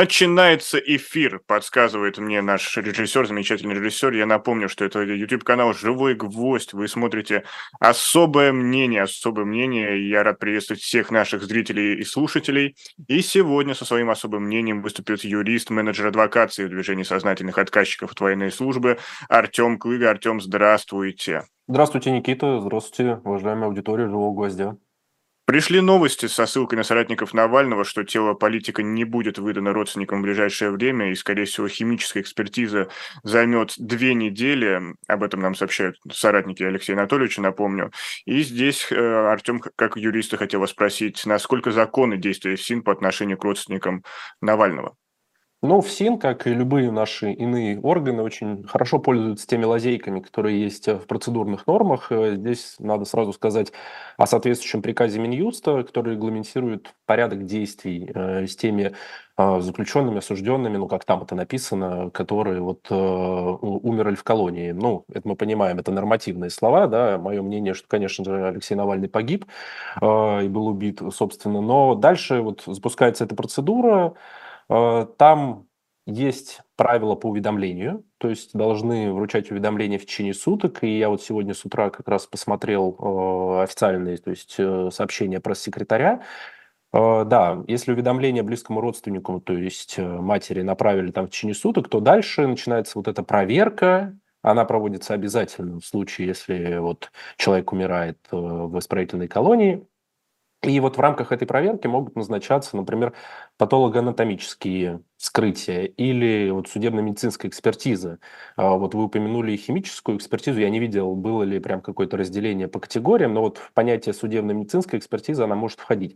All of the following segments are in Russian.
Начинается эфир, подсказывает мне наш режиссер, замечательный режиссер. Я напомню, что это YouTube-канал «Живой гвоздь». Вы смотрите «Особое мнение», «Особое мнение». И я рад приветствовать всех наших зрителей и слушателей. И сегодня со своим особым мнением выступит юрист, менеджер адвокации в движении сознательных отказчиков от военной службы Артем Клыга. Артем, здравствуйте. Здравствуйте, Никита. Здравствуйте, уважаемая аудитория «Живого гвоздя». Пришли новости со ссылкой на соратников Навального, что тело политика не будет выдано родственникам в ближайшее время, и, скорее всего, химическая экспертиза займет 2 недели. Об этом нам сообщают соратники Алексея Анатольевича, напомню. И здесь Артем, как юриста, хотел вас спросить, насколько законны действия ФСИН по отношению к родственникам Навального? Но ФСИН, как и любые наши иные органы, очень хорошо пользуются теми лазейками, которые есть в процедурных нормах. Здесь надо сразу сказать о соответствующем приказе Минюста, который регламентирует порядок действий с теми заключенными, осужденными, ну, как там это написано, которые вот умерли в колонии. Ну, это мы понимаем, это нормативные слова, да. Мое мнение, что, конечно же, Алексей Навальный погиб и был убит, собственно. Но дальше вот запускается эта процедура. Там есть правила по уведомлению, то есть должны вручать уведомления в течение суток. И я вот сегодня с утра как раз посмотрел официальные, то есть сообщения пресс-секретаря. Да, если уведомление близкому родственнику, то есть матери, направили там в течение суток, то дальше начинается вот эта проверка. Она проводится обязательно в случае, если вот человек умирает в исправительной колонии. И вот в рамках этой проверки могут назначаться, например, патологоанатомические вскрытия или вот судебно-медицинская экспертиза. Вот вы упомянули химическую экспертизу, я не видел, было ли прям какое-то разделение по категориям, но вот в понятие судебно-медицинская экспертиза она может входить.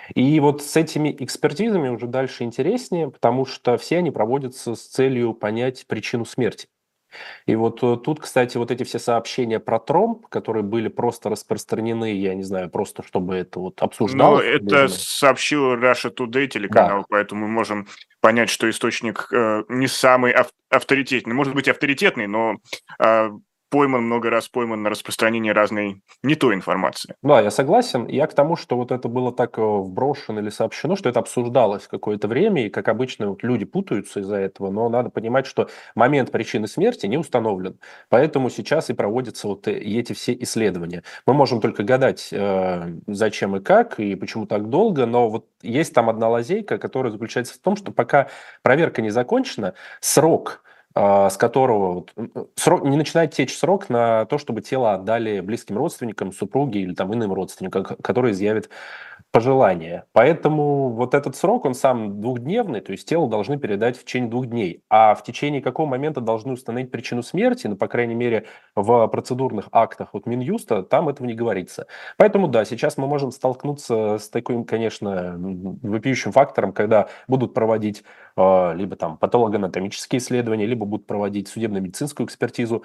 И вот с этими экспертизами уже дальше интереснее, потому что все они проводятся с целью понять причину смерти. И вот тут, кстати, вот эти все сообщения про тромб, которые были просто распространены, я не знаю, просто чтобы это вот Но обсуждалось в это медиа. сообщил Russia Today Да, телеканал, поэтому мы можем понять, что источник не самый авторитетный. Может быть, авторитетный, но э, пойман, много раз пойман на распространение разной не той информации. да, я согласен. Я к тому, что вот это было так вброшено или сообщено, что это обсуждалось какое-то время, и, как обычно, вот люди путаются из-за этого, но надо понимать, что момент причины смерти не установлен. Поэтому сейчас и проводятся вот и эти все исследования. Мы можем только гадать, зачем и как, и почему так долго, но вот есть там одна лазейка, которая заключается в том, что пока проверка не закончена, срок с которого срок, не начинает течь срок на то, чтобы тело отдали близким родственникам, супруге или там иным родственникам, которые изъявят пожелание. Поэтому вот этот срок, он сам двухдневный, то есть тело должны передать в течение 2 дней. А в течение какого момента должны установить причину смерти, ну, по крайней мере, в процедурных актах от Минюста, там этого не говорится. Поэтому, да, сейчас мы можем столкнуться с таким, конечно, вопиющим фактором, когда будут проводить либо там патологоанатомические исследования, либо будут проводить судебно-медицинскую экспертизу,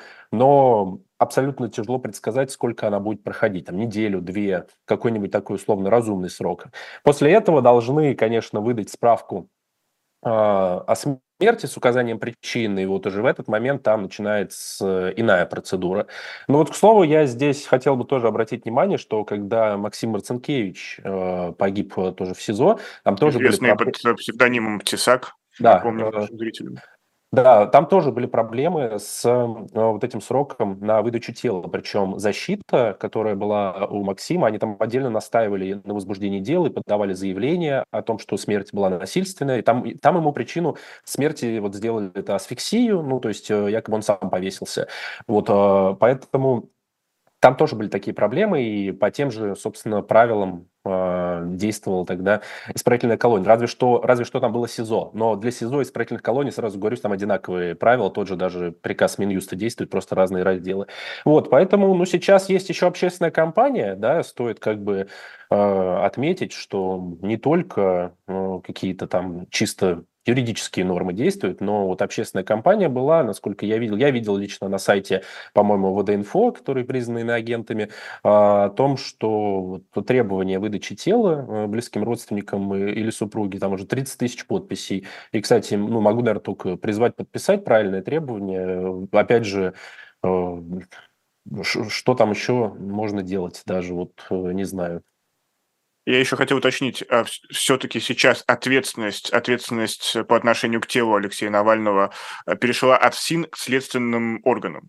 но абсолютно тяжело предсказать, сколько она будет проходить, там неделю, две, какой-нибудь такой условно разумный срок. После этого должны, конечно, выдать справку о смерти с указанием причины, и вот уже в этот момент там начинается иная процедура. Но вот, к слову, я здесь хотел бы тоже обратить внимание, что когда Максим Марцинкевич погиб тоже в СИЗО, там тоже были Известный под проблемы. псевдонимом Тесак, Да, напомним нашим зрителям. да, там тоже были проблемы с вот этим сроком на выдачу тела. Причем защита, которая была у Максима, они там отдельно настаивали на возбуждении дела и подавали заявление о том, что смерть была насильственная. И там ему причину смерти вот сделали это асфиксию, ну, то есть якобы он сам повесился. Вот, поэтому там тоже были такие проблемы, и по тем же, собственно, правилам действовала тогда исправительная колония. Разве что там было СИЗО. Но для СИЗО и исправительных колоний, сразу говорю, там одинаковые правила. Тот же даже приказ Минюста действует, просто разные разделы. Вот, поэтому, ну, сейчас есть еще общественная кампания, да, стоит как бы отметить, что не только какие-то там чисто юридические нормы действуют, но вот общественная кампания была, насколько я видел лично на сайте, по-моему, ВД-инфо, которые признаны иноагентами, о том, что вот требование выдачи тела близким родственникам или супруге, там уже 30 тысяч подписей. И, кстати, ну, могу, наверное, только призвать подписать правильное требование. Опять же, что там еще можно делать, даже вот не знаю. Я еще хотел уточнить, все-таки сейчас ответственность по отношению к телу Алексея Навального перешла от ФСИН к следственным органам.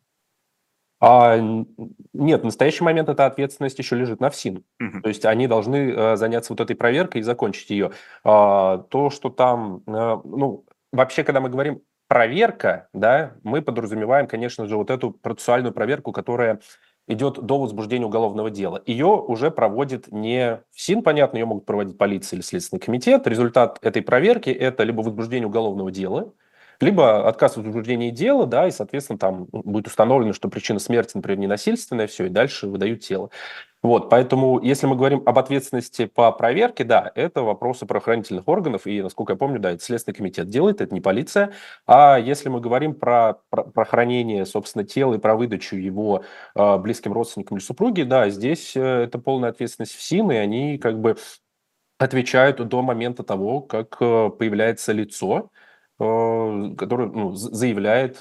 Нет, в настоящий момент эта ответственность еще лежит на ФСИН. Мгм. То есть они должны заняться вот этой проверкой и закончить ее. То, что там, ну, вообще, когда мы говорим проверка, да, мы подразумеваем, конечно же, вот эту процессуальную проверку, которая идет до возбуждения уголовного дела. Ее уже проводит не ФСИН, понятно, ее могут проводить полиция или Следственный комитет. Результат этой проверки – это либо возбуждение уголовного дела, либо отказ в возбуждении дела, да, и, соответственно, там будет установлено, что причина смерти, например, ненасильственная, все, и дальше выдают тело. Вот, поэтому, если мы говорим об ответственности по проверке, да, это вопросы правоохранительных органов, и, насколько я помню, да, это Следственный комитет делает, это не полиция. А если мы говорим про хранение, собственно, тела и про выдачу его близким родственникам или супруге, да, здесь это полная ответственность ФСИН, и они как бы отвечают до момента того, как появляется лицо, которое ну, заявляет,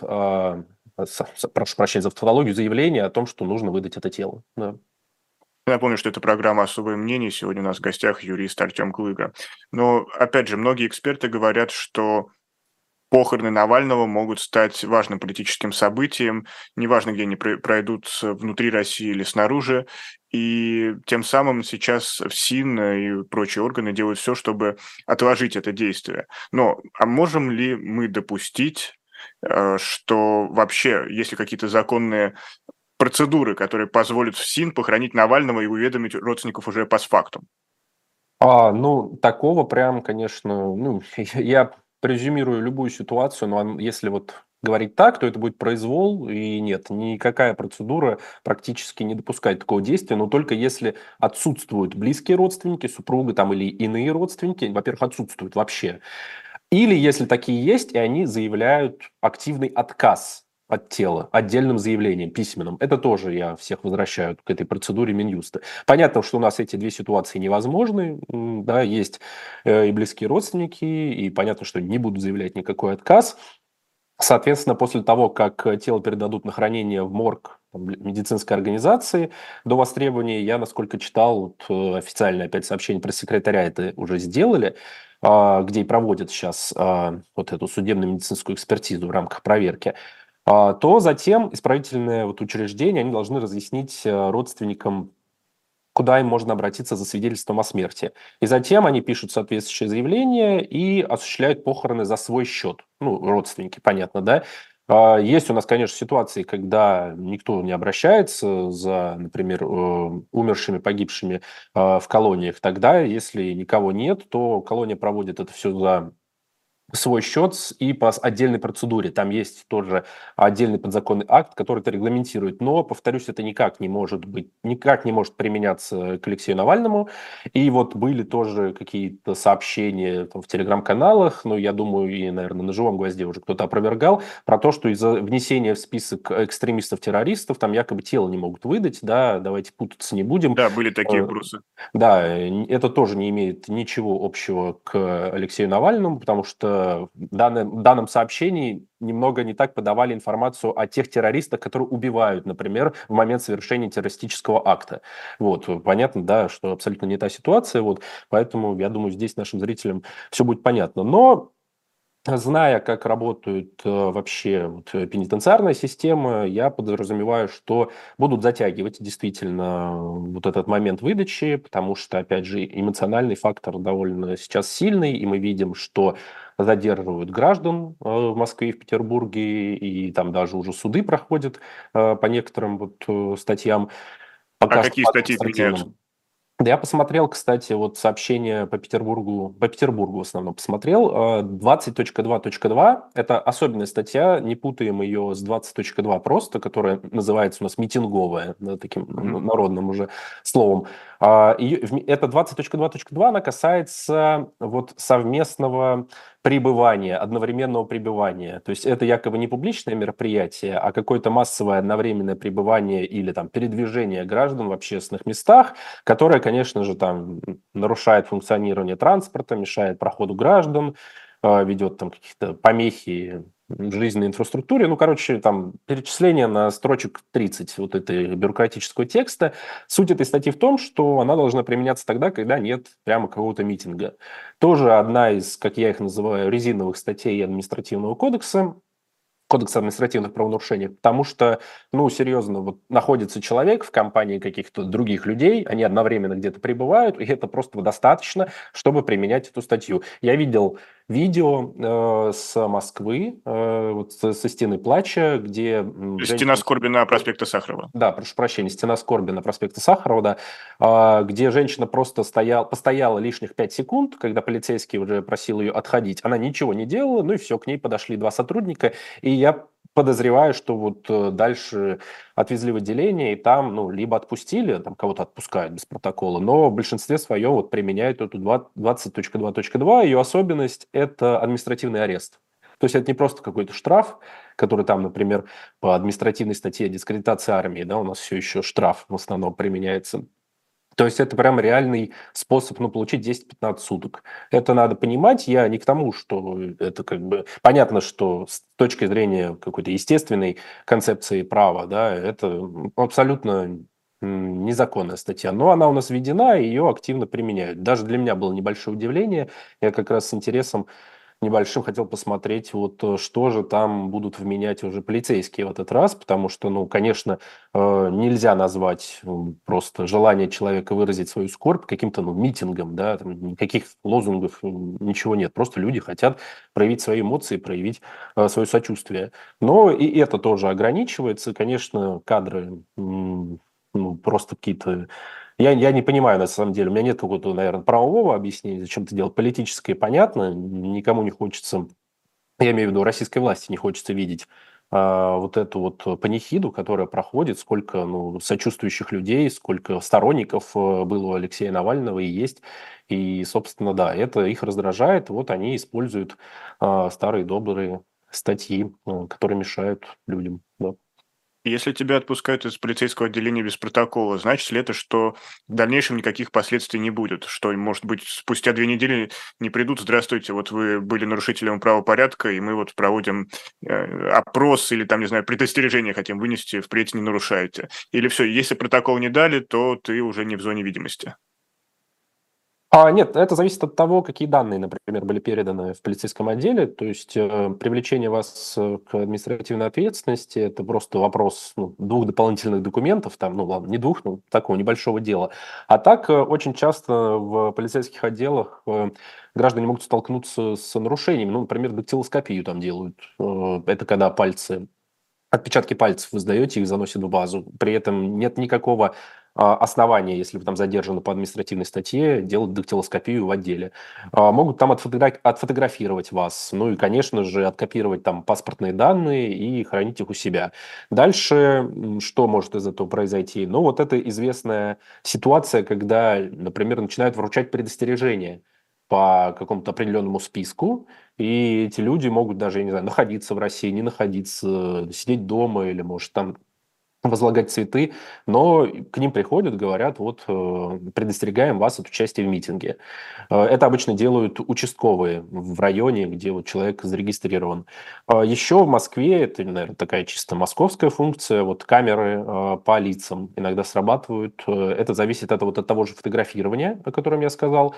прошу прощения за тавтологию, заявление о том, что нужно выдать это тело. Да. Напомню, что это программа «Особое мнение». Сегодня у нас в гостях юрист Артем Клыга. Но, опять же, многие эксперты говорят, что похороны Навального могут стать важным политическим событием, неважно, где они пройдут внутри России или снаружи, и тем самым сейчас ФСИН и прочие органы делают все, чтобы отложить это действие. Но а можем ли мы допустить, что вообще, если какие-то законные процедуры, которые позволят ФСИН похоронить Навального и уведомить родственников уже постфактум? Ну, такого прям, конечно, ну, я презюмирую любую ситуацию, но если вот говорить так, то это будет произвол, и нет, никакая процедура практически не допускает такого действия, но только если отсутствуют близкие родственники, супруга там или иные родственники, во-первых, отсутствуют вообще. Или если такие есть, и они заявляют активный отказ от тела отдельным заявлением, письменным. Это тоже я всех возвращаю к этой процедуре Минюста. Понятно, что у нас эти две ситуации невозможны. Да, есть и близкие родственники, и понятно, что не будут заявлять никакой отказ. Соответственно, после того, как тело передадут на хранение в морг там, медицинской организации, до востребования, я, насколько читал, вот, официальное опять сообщение пресс-секретаря это уже сделали, где и проводят сейчас вот эту судебно-медицинскую экспертизу в рамках проверки, то затем исправительное вот учреждение, они должны разъяснить родственникам, куда им можно обратиться за свидетельством о смерти. И затем они пишут соответствующее заявление и осуществляют похороны за свой счет. Ну, родственники, понятно, да? Есть у нас, конечно, ситуации, когда никто не обращается за, например, умершими, погибшими в колониях. Тогда, если никого нет, то колония проводит это все за свой счет и по отдельной процедуре. Там есть тоже отдельный подзаконный акт, который это регламентирует. Но, повторюсь, это никак не может быть, никак не может применяться к Алексею Навальному. И вот были тоже какие-то сообщения там, в телеграм-каналах, ну, я думаю, и, наверное, на живом гвозде уже кто-то опровергал, про то, что из-за внесения в список экстремистов-террористов там якобы тело не могут выдать, да, давайте путаться не будем. Да, были такие вбросы. Да, это тоже не имеет ничего общего к Алексею Навальному, потому что в данном сообщении немного не так подавали информацию о тех террористах, которые убивают, например, в момент совершения террористического акта. Вот, понятно, да, что абсолютно не та ситуация, вот, поэтому, я думаю, здесь нашим зрителям все будет понятно. Но зная, как работает вообще вот, пенитенциарная система, я подразумеваю, что будут затягивать действительно вот этот момент выдачи, потому что, опять же, эмоциональный фактор довольно сейчас сильный, и мы видим, что задерживают граждан в Москве и в Петербурге, и там даже уже суды проходят по некоторым вот статьям, А пока что какие по статьи применяются? административным. Да, я посмотрел, кстати, вот сообщение по Петербургу в основном посмотрел. 20.2.2 – это особенная статья, не путаем ее с 20.2 просто, которая называется у нас митинговая, да, таким Мгм. народным уже словом. Это 20.2.2, она касается вот совместного пребывания, одновременного пребывания. То есть это якобы не публичное мероприятие, а какое-то массовое одновременное пребывание или там передвижение граждан в общественных местах, которая, конечно же, там нарушает функционирование транспорта, мешает проходу граждан, ведет там какие-то помехи жизненной инфраструктуре. Ну, короче, там перечисление на строчек 30 вот этой бюрократического текста. Суть этой статьи в том, что она должна применяться тогда, когда нет прямо какого-то митинга. Тоже одна из, как я их называю, резиновых статей административного кодекса, Кодекс административных правонарушений, потому что, ну, серьезно, вот находится человек в компании каких-то других людей, они одновременно где-то пребывают, и это просто достаточно, чтобы применять эту статью. Я видел видео с Москвы, вот со стены плача, где Стена женщина... скорби на проспекте Сахарова. Да, прошу прощения, стена скорби на проспекте Сахарова, да, где женщина просто постояла лишних 5 секунд, когда полицейский уже просил ее отходить. Она ничего не делала, ну и все, к ней подошли два сотрудника, и я подозреваю, что вот дальше отвезли в отделение, и там, ну, либо отпустили, там кого-то отпускают без протокола, но в большинстве своем вот применяют эту 20.2.2. Ее особенность – это административный арест. То есть это не просто какой-то штраф, который там, например, по административной статье дискредитации армии, да, у нас все еще штраф в основном применяется. То есть это прям реальный способ, ну, получить 10-15 суток. Это надо понимать. Я не к тому, что это как бы... Понятно, что с точки зрения какой-то естественной концепции права, да, это абсолютно незаконная статья. Но она у нас введена, и ее активно применяют. Даже для меня было небольшое удивление. Я как раз с интересом небольшим хотел посмотреть, вот что же там будут вменять уже полицейские в этот раз, потому что, ну, конечно, нельзя назвать просто желание человека выразить свою скорбь каким-то, ну, митингом, да, там никаких лозунгов, ничего нет, просто люди хотят проявить свои эмоции, проявить свое сочувствие. Но и это тоже ограничивается, конечно, кадры, ну, просто какие-то я не понимаю, на самом деле. У меня нет какого-то, наверное, правового объяснения, зачем это делать. Политическое понятно. Никому не хочется, я имею в виду российской власти, не хочется видеть вот эту вот панихиду, которая проходит, сколько ну, сочувствующих людей, сколько сторонников было у Алексея Навального и есть. И, собственно, да, это их раздражает. Вот они используют старые добрые статьи, которые мешают людям. Да. Если тебя отпускают из полицейского отделения без протокола, значит ли это, что в дальнейшем никаких последствий не будет? Что, может быть, спустя 2 недели не придут: здравствуйте, вот вы были нарушителем правопорядка, и мы вот проводим опрос или там, не знаю, предостережение хотим вынести, впредь не нарушайте. Или все, если протокол не дали, то ты уже не в зоне видимости? Нет, это зависит от того, какие данные, например, были переданы в полицейском отделе. То есть привлечение вас к административной ответственности – это просто вопрос ну, двух дополнительных документов, там, ну ладно, не двух, но такого небольшого дела. А так очень часто в полицейских отделах граждане могут столкнуться с нарушениями. Ну, например, дактилоскопию там делают. Это когда пальцы отпечатки пальцев вы сдаете, их заносят в базу. При этом нет никакого основания, если вы там задержаны по административной статье, делать дактилоскопию в отделе. Могут там отфотографировать вас, ну и, конечно же, откопировать там паспортные данные и хранить их у себя. Дальше, что может из этого произойти? Ну, вот это известная ситуация, когда, например, начинают вручать предостережения по какому-то определенному списку, и эти люди могут даже, я не знаю, находиться в России, не находиться, сидеть дома или, может, там возлагать цветы, но к ним приходят, говорят, вот предостерегаем вас от участия в митинге. Это обычно делают участковые в районе, где вот человек зарегистрирован. Еще в Москве, это, наверное, такая чисто московская функция, вот камеры по лицам иногда срабатывают. Это зависит от того же фотографирования, о котором я сказал.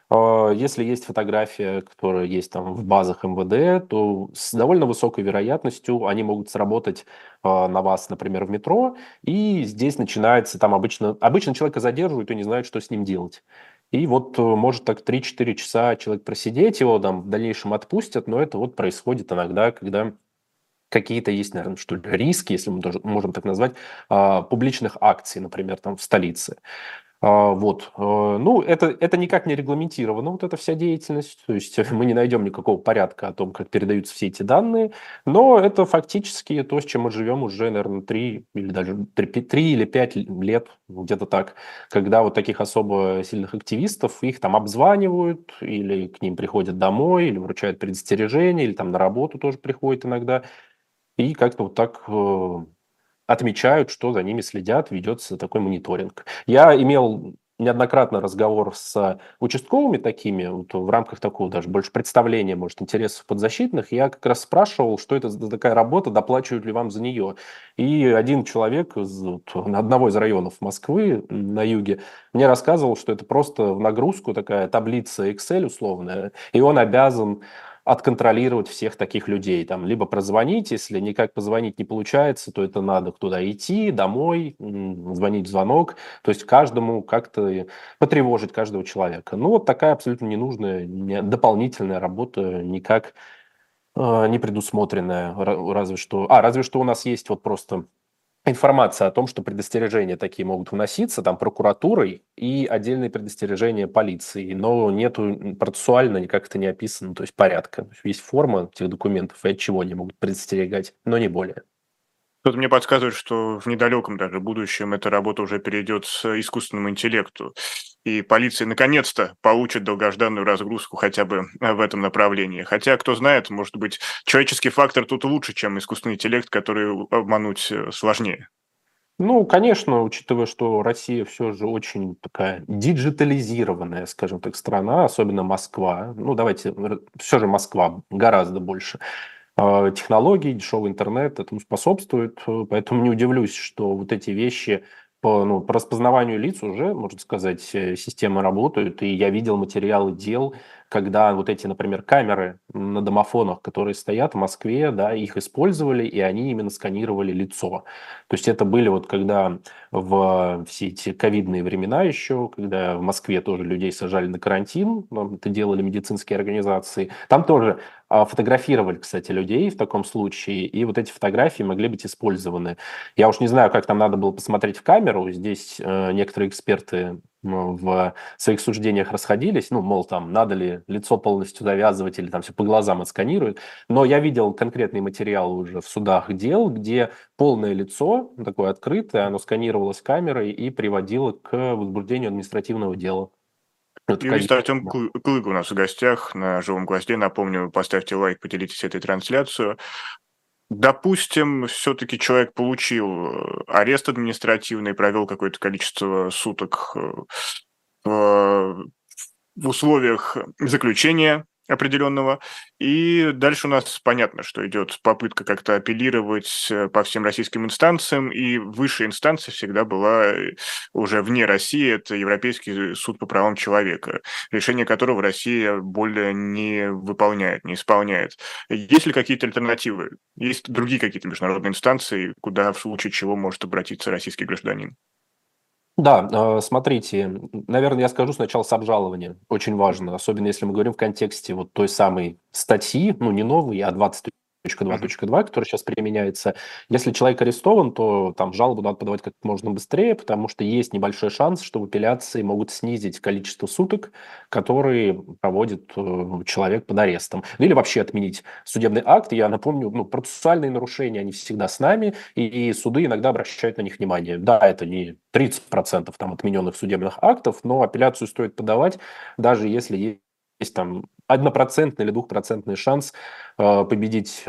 Если есть фотография, которая есть там в базах МВД, то с довольно высокой вероятностью они могут сработать на вас, например, в метро, и здесь начинается, там обычно человека задерживают и не знают, что с ним делать. И вот может так 3-4 часа человек просидеть, его там в дальнейшем отпустят, но это вот происходит иногда, когда какие-то есть, наверное, что ли, риски, если мы тоже можем так назвать, публичных акций, например, там в столице. Вот. Ну, это никак не регламентировано, вот эта вся деятельность. То есть мы не найдем никакого порядка о том, как передаются все эти данные. Но это фактически то, с чем мы живем уже, наверное, 3 или даже 3 или 5 лет, где-то так, когда вот таких особо сильных активистов, их там обзванивают, или к ним приходят домой, или вручают предостережение, или там на работу тоже приходят иногда. И как-то вот так отмечают, что за ними следят, ведется такой мониторинг. Я имел неоднократно разговор с участковыми такими, вот в рамках такого даже больше представления, может, интересов подзащитных, я как раз спрашивал, что это за такая работа, доплачивают ли вам за нее. И один человек из одного из районов Москвы на юге мне рассказывал, что это просто в нагрузку такая таблица Excel условная, и он обязан отконтролировать всех таких людей. Там, либо прозвонить, если никак позвонить не получается, то это надо туда идти, домой, звонить в звонок. То есть каждому как-то потревожить каждого человека. Ну, вот такая абсолютно ненужная, дополнительная работа, никак не предусмотренная. Разве что у нас есть вот просто информация о том, что предостережения такие могут вноситься там прокуратурой и отдельные предостережения полиции, но нету процессуально никак это не описано, то есть порядка. Есть форма этих документов и от чего они могут предостерегать, но не более. Кто-то мне подсказывает, что в недалеком даже будущем эта работа уже перейдет к искусственному интеллекту, и полиция наконец-то получит долгожданную разгрузку хотя бы в этом направлении. Хотя, кто знает, может быть, человеческий фактор тут лучше, чем искусственный интеллект, который обмануть сложнее. Ну, конечно, учитывая, что Россия все же очень такая диджитализированная, скажем так, страна, особенно Москва. Ну, давайте, все же Москва гораздо больше технологий, дешевый интернет этому способствует, поэтому не удивлюсь, что вот эти вещи по распознаванию лиц уже, можно сказать, системы работают, и я видел материалы дел, когда вот эти, например, камеры на домофонах, которые стоят в Москве, да, их использовали, и они именно сканировали лицо. То есть это были вот когда в все эти ковидные времена еще, когда в Москве тоже людей сажали на карантин, это делали медицинские организации, там тоже фотографировали, кстати, людей в таком случае, и вот эти фотографии могли быть использованы. Я уж не знаю, как там надо было посмотреть в камеру. Здесь некоторые эксперты в своих суждениях расходились, ну, мол, там, надо ли лицо полностью завязывать или там все по глазам отсканируют. Но я видел конкретный материал уже в судах дел, где полное лицо, такое открытое, оно сканировалось камерой и приводило к возбуждению административного дела. Это Юрист ковид. Артем Клык у нас в гостях на «Живом гвозде». Напомню, поставьте лайк, поделитесь этой трансляцией. Допустим, все-таки человек получил арест административный, провел какое-то количество суток в условиях заключения определенного. И дальше у нас понятно, что идет попытка как-то апеллировать по всем российским инстанциям, и высшая инстанция всегда была уже вне России, это Европейский суд по правам человека, решение которого Россия более не выполняет, не исполняет. Есть ли какие-то альтернативы? Есть другие какие-то международные инстанции, куда в случае чего может обратиться российский гражданин? Да, смотрите, наверное, я скажу сначала с обжалованием. Очень важно, особенно если мы говорим в контексте вот той самой статьи, ну, не новой, а 20.2.2, которая сейчас применяется. Если человек арестован, то там жалобу надо подавать как можно быстрее, потому что есть небольшой шанс, что в апелляции могут снизить количество суток, которые проводит человек под арестом. Ну, или вообще отменить судебный акт. Я напомню, ну, процессуальные нарушения, они всегда с нами, и суды иногда обращают на них внимание. Да, это не 30% там отмененных судебных актов, но апелляцию стоит подавать, даже если есть там 1% или 2% шанс победить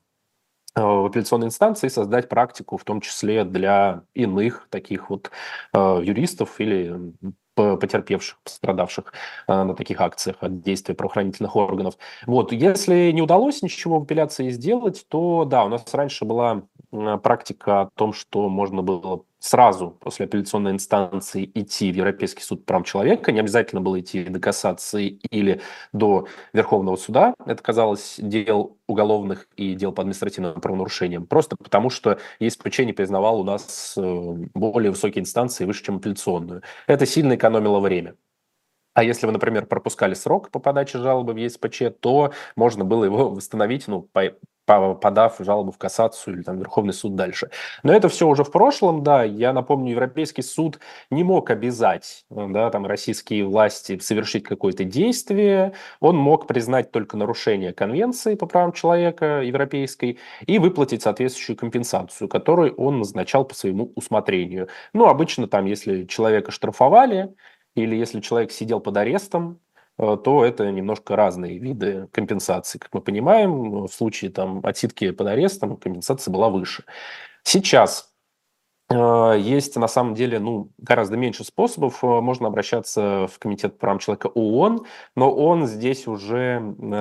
в апелляционной инстанции и создать практику, в том числе для иных таких вот юристов или потерпевших, пострадавших на таких акциях от действия правоохранительных органов. Вот, если не удалось ничего в апелляции сделать, то да, у нас раньше была практика о том, что можно было сразу после апелляционной инстанции идти в Европейский суд по правам человека, не обязательно было идти до кассации или до Верховного суда. Это казалось дел уголовных и дел по административным правонарушениям. Просто потому, что ЕСПЧ не признавал у нас более высокие инстанции выше, чем апелляционную. Это сильно экономило время. А если вы, например, пропускали срок по подаче жалобы в ЕСПЧ, то можно было его восстановить, ну, подав жалобу в кассацию или там Верховный суд дальше. Но это все уже в прошлом, да. Я напомню, Европейский суд не мог обязать, да, там, российские власти совершить какое-то действие. Он мог признать только нарушение Конвенции по правам человека европейской и выплатить соответствующую компенсацию, которую он назначал по своему усмотрению. Ну, обычно там, если человека штрафовали, или если человек сидел под арестом, то это немножко разные виды компенсации. Как мы понимаем, в случае там, отсидки под арестом компенсация была выше. Сейчас Есть на самом деле, ну, гораздо меньше способов. Можно обращаться в Комитет по правам человека ООН, но он здесь уже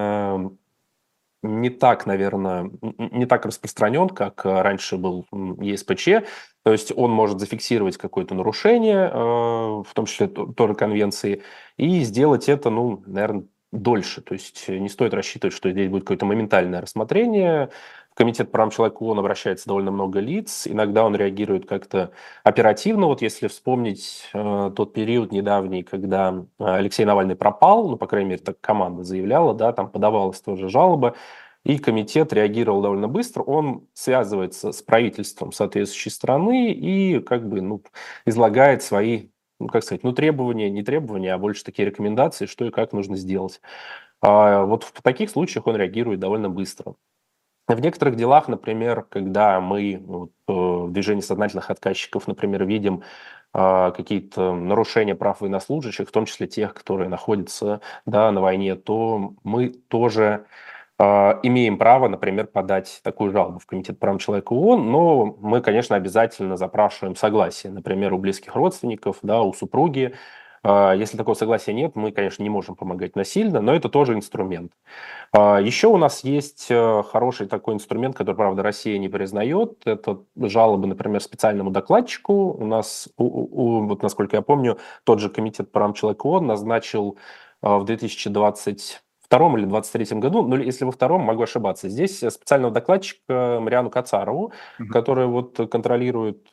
не так, наверное, не так распространен, как раньше был ЕСПЧ. То есть он может зафиксировать какое-то нарушение, в том числе тоже конвенции, и сделать это, ну, наверное, дольше. То есть не стоит рассчитывать, что здесь будет какое-то моментальное рассмотрение. В Комитет по правам человека ООН обращается довольно много лиц. Иногда он реагирует как-то оперативно. Вот если вспомнить тот период недавний, когда Алексей Навальный пропал, ну, по крайней мере, так команда заявляла, да, там подавалась тоже жалоба, и комитет реагировал довольно быстро. Он связывается с правительством соответствующей страны и как бы, ну, излагает свои, ну, как сказать, ну, требования, не требования, а больше такие рекомендации, что и как нужно сделать. Вот в таких случаях он реагирует довольно быстро. В некоторых делах, например, когда мы вот, в движении сознательных отказчиков, например, видим какие-то нарушения прав военнослужащих, в том числе тех, которые находятся, да, на войне, то мы тоже имеем право, например, подать такую жалобу в Комитет по правам человека ООН, но мы, конечно, обязательно запрашиваем согласие, например, у близких родственников, да, у супруги. Если такого согласия нет, мы, конечно, не можем помогать насильно, но это тоже инструмент. Еще у нас есть хороший такой инструмент, который, правда, Россия не признает. Это жалобы, например, специальному докладчику. У нас, вот насколько я помню, тот же Комитет по правам человека ООН назначил в 2022 или 2023 году, ну, если во втором, могу ошибаться, здесь специального докладчика Мариану Кацарову, которая вот контролирует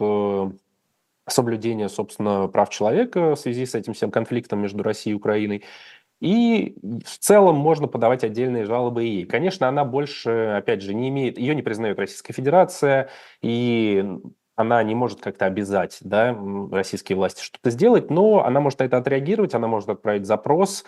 соблюдение, собственно, прав человека в связи с этим всем конфликтом между Россией и Украиной. И в целом можно подавать отдельные жалобы и ей. Конечно, она больше, опять же, не имеет, ее не признает Российская Федерация, и она не может как-то обязать, да, российские власти что-то сделать, но она может это отреагировать, она может отправить запрос,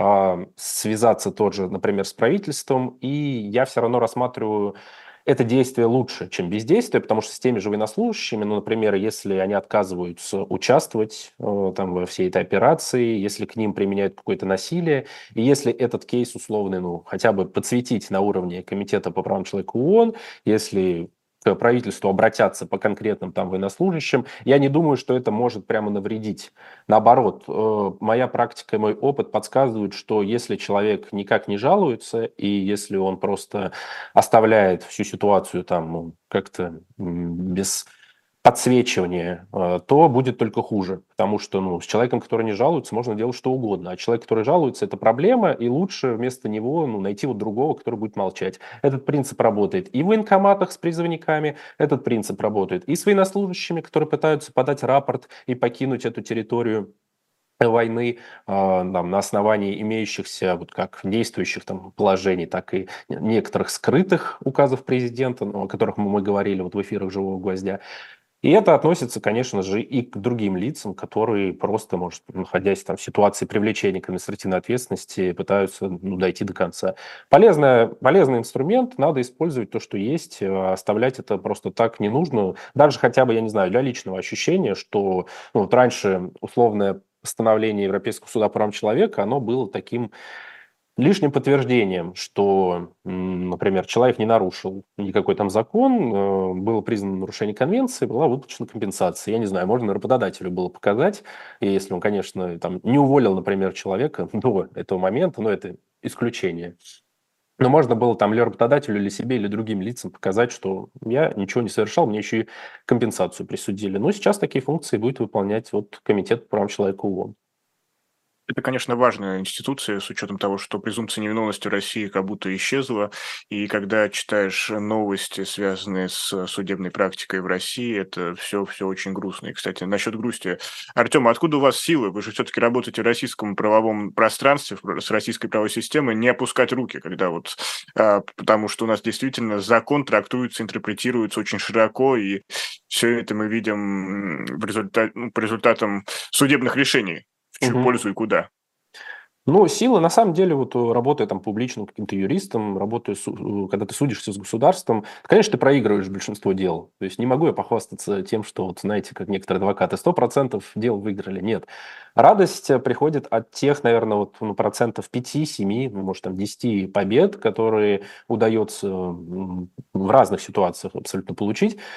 связаться тоже, например, с правительством, и я все равно рассматриваю это действие лучше, чем бездействие, потому что с теми же военнослужащими, ну, например, если они отказываются участвовать там во всей этой операции, если к ним применяют какое-то насилие, и если этот кейс условный, ну, хотя бы подсветить на уровне Комитета по правам человека ООН, если к правительству обратятся по конкретным там военнослужащим, я не думаю, что это может прямо навредить. Наоборот, моя практика и мой опыт подсказывают, что если человек никак не жалуется, и если он просто оставляет всю ситуацию там ну, как-то без подсвечивания, то будет только хуже. Потому что ну, с человеком, который не жалуется, можно делать что угодно. А человек, который жалуется, это проблема, и лучше вместо него ну, найти вот другого, который будет молчать. Этот принцип работает и в военкоматах с призывниками, этот принцип работает и с военнослужащими, которые пытаются подать рапорт и покинуть эту территорию войны там, на основании имеющихся вот как действующих там положений, так и некоторых скрытых указов президента, ну, о которых мы говорили вот в эфирах «Живого гвоздя». И это относится, конечно же, и к другим лицам, которые просто, может, находясь там в ситуации привлечения к административной ответственности, пытаются ну, дойти до конца. Полезный инструмент, надо использовать то, что есть, оставлять это просто так не нужно. Даже хотя бы, я не знаю, для личного ощущения, что ну, вот раньше условное постановление Европейского суда по правам человека, оно было таким лишним подтверждением, что, например, человек не нарушил никакой там закон, было признано нарушение конвенции, была выплачена компенсация. Я не знаю, можно работодателю было показать, и если он, конечно, там, не уволил, например, человека до этого момента, но это исключение. Но можно было там или работодателю, или себе, или другим лицам показать, что я ничего не совершал, мне еще и компенсацию присудили. Но сейчас такие функции будет выполнять вот Комитет по правам человека ООН. Это, конечно, важная институция с учетом того, что презумпция невиновности в России как будто исчезла. И когда читаешь новости, связанные с судебной практикой в России, это все очень грустно. И, кстати, насчет грусти. Артем, откуда у вас силы? Вы же все-таки работаете в российском правовом пространстве, с российской правовой системой, не опускать руки, когда вот... потому что у нас действительно закон трактуется, интерпретируется очень широко, и все это мы видим по результатам судебных решений. В чью Мгм. пользу и куда? Ну, сила, на самом деле, вот работая там публичным каким-то юристом, работая, когда ты судишься с государством, конечно, ты проигрываешь большинство дел. То есть не могу я похвастаться тем, что, вот знаете, как некоторые адвокаты, 100% дел выиграли. Нет. Радость приходит от тех, наверное, вот, ну, процентов 5-7, ну, может, там 10 побед, которые удается в разных ситуациях абсолютно получить.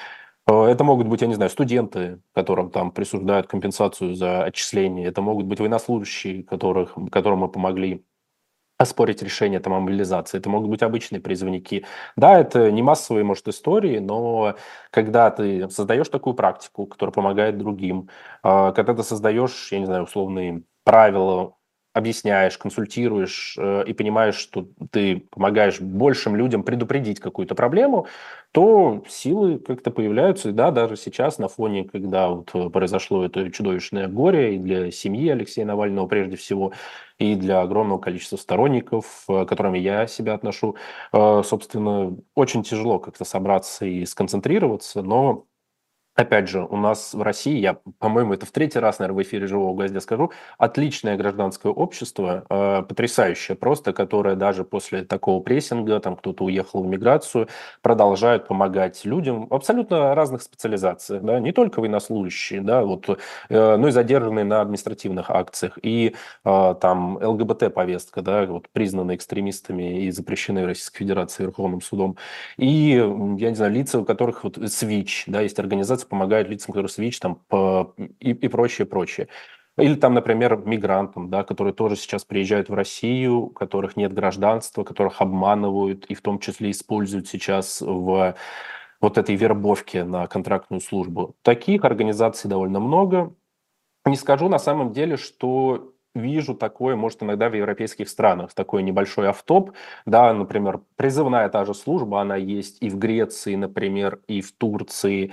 Это могут быть, я не знаю, студенты, которым там присуждают компенсацию за отчисление. Это могут быть военнослужащие, которым мы помогли оспорить решение там, о мобилизации. Это могут быть обычные призывники. Да, это не массовые, может, истории, но когда ты создаешь такую практику, которая помогает другим, когда ты создаешь, я не знаю, условные правила, объясняешь, консультируешь и понимаешь, что ты помогаешь большим людям предупредить какую-то проблему, то силы как-то появляются. И да, даже сейчас на фоне, когда вот произошло это чудовищное горе и для семьи Алексея Навального прежде всего, и для огромного количества сторонников, к которым я себя отношу. Собственно, очень тяжело как-то собраться и сконцентрироваться, но опять же, у нас в России, я, по-моему, это в третий раз, наверное, в эфире «Живого гвоздя» скажу, отличное гражданское общество, потрясающее просто, которое даже после такого прессинга, там кто-то уехал в миграцию, продолжают помогать людям в абсолютно разных специализациях, да, не только военнослужащие, да, вот, но и задержанные на административных акциях, и там ЛГБТ-повестка, да, вот, признаны экстремистами и запрещены в Российской Федерации Верховным судом, и, я не знаю, лица, у которых вот СВИЧ, да, есть организация, помогают лицам, которые СВИЧ, там, и прочее, прочее. Или там, например, мигрантам, да, которые тоже сейчас приезжают в Россию, у которых нет гражданства, которых обманывают и в том числе используют сейчас в вот этой вербовке на контрактную службу. Таких организаций довольно много. Не скажу на самом деле, что вижу такое, может, иногда в европейских странах, такой небольшой автоп, да, например, призывная та же служба, она есть и в Греции, например, и в Турции,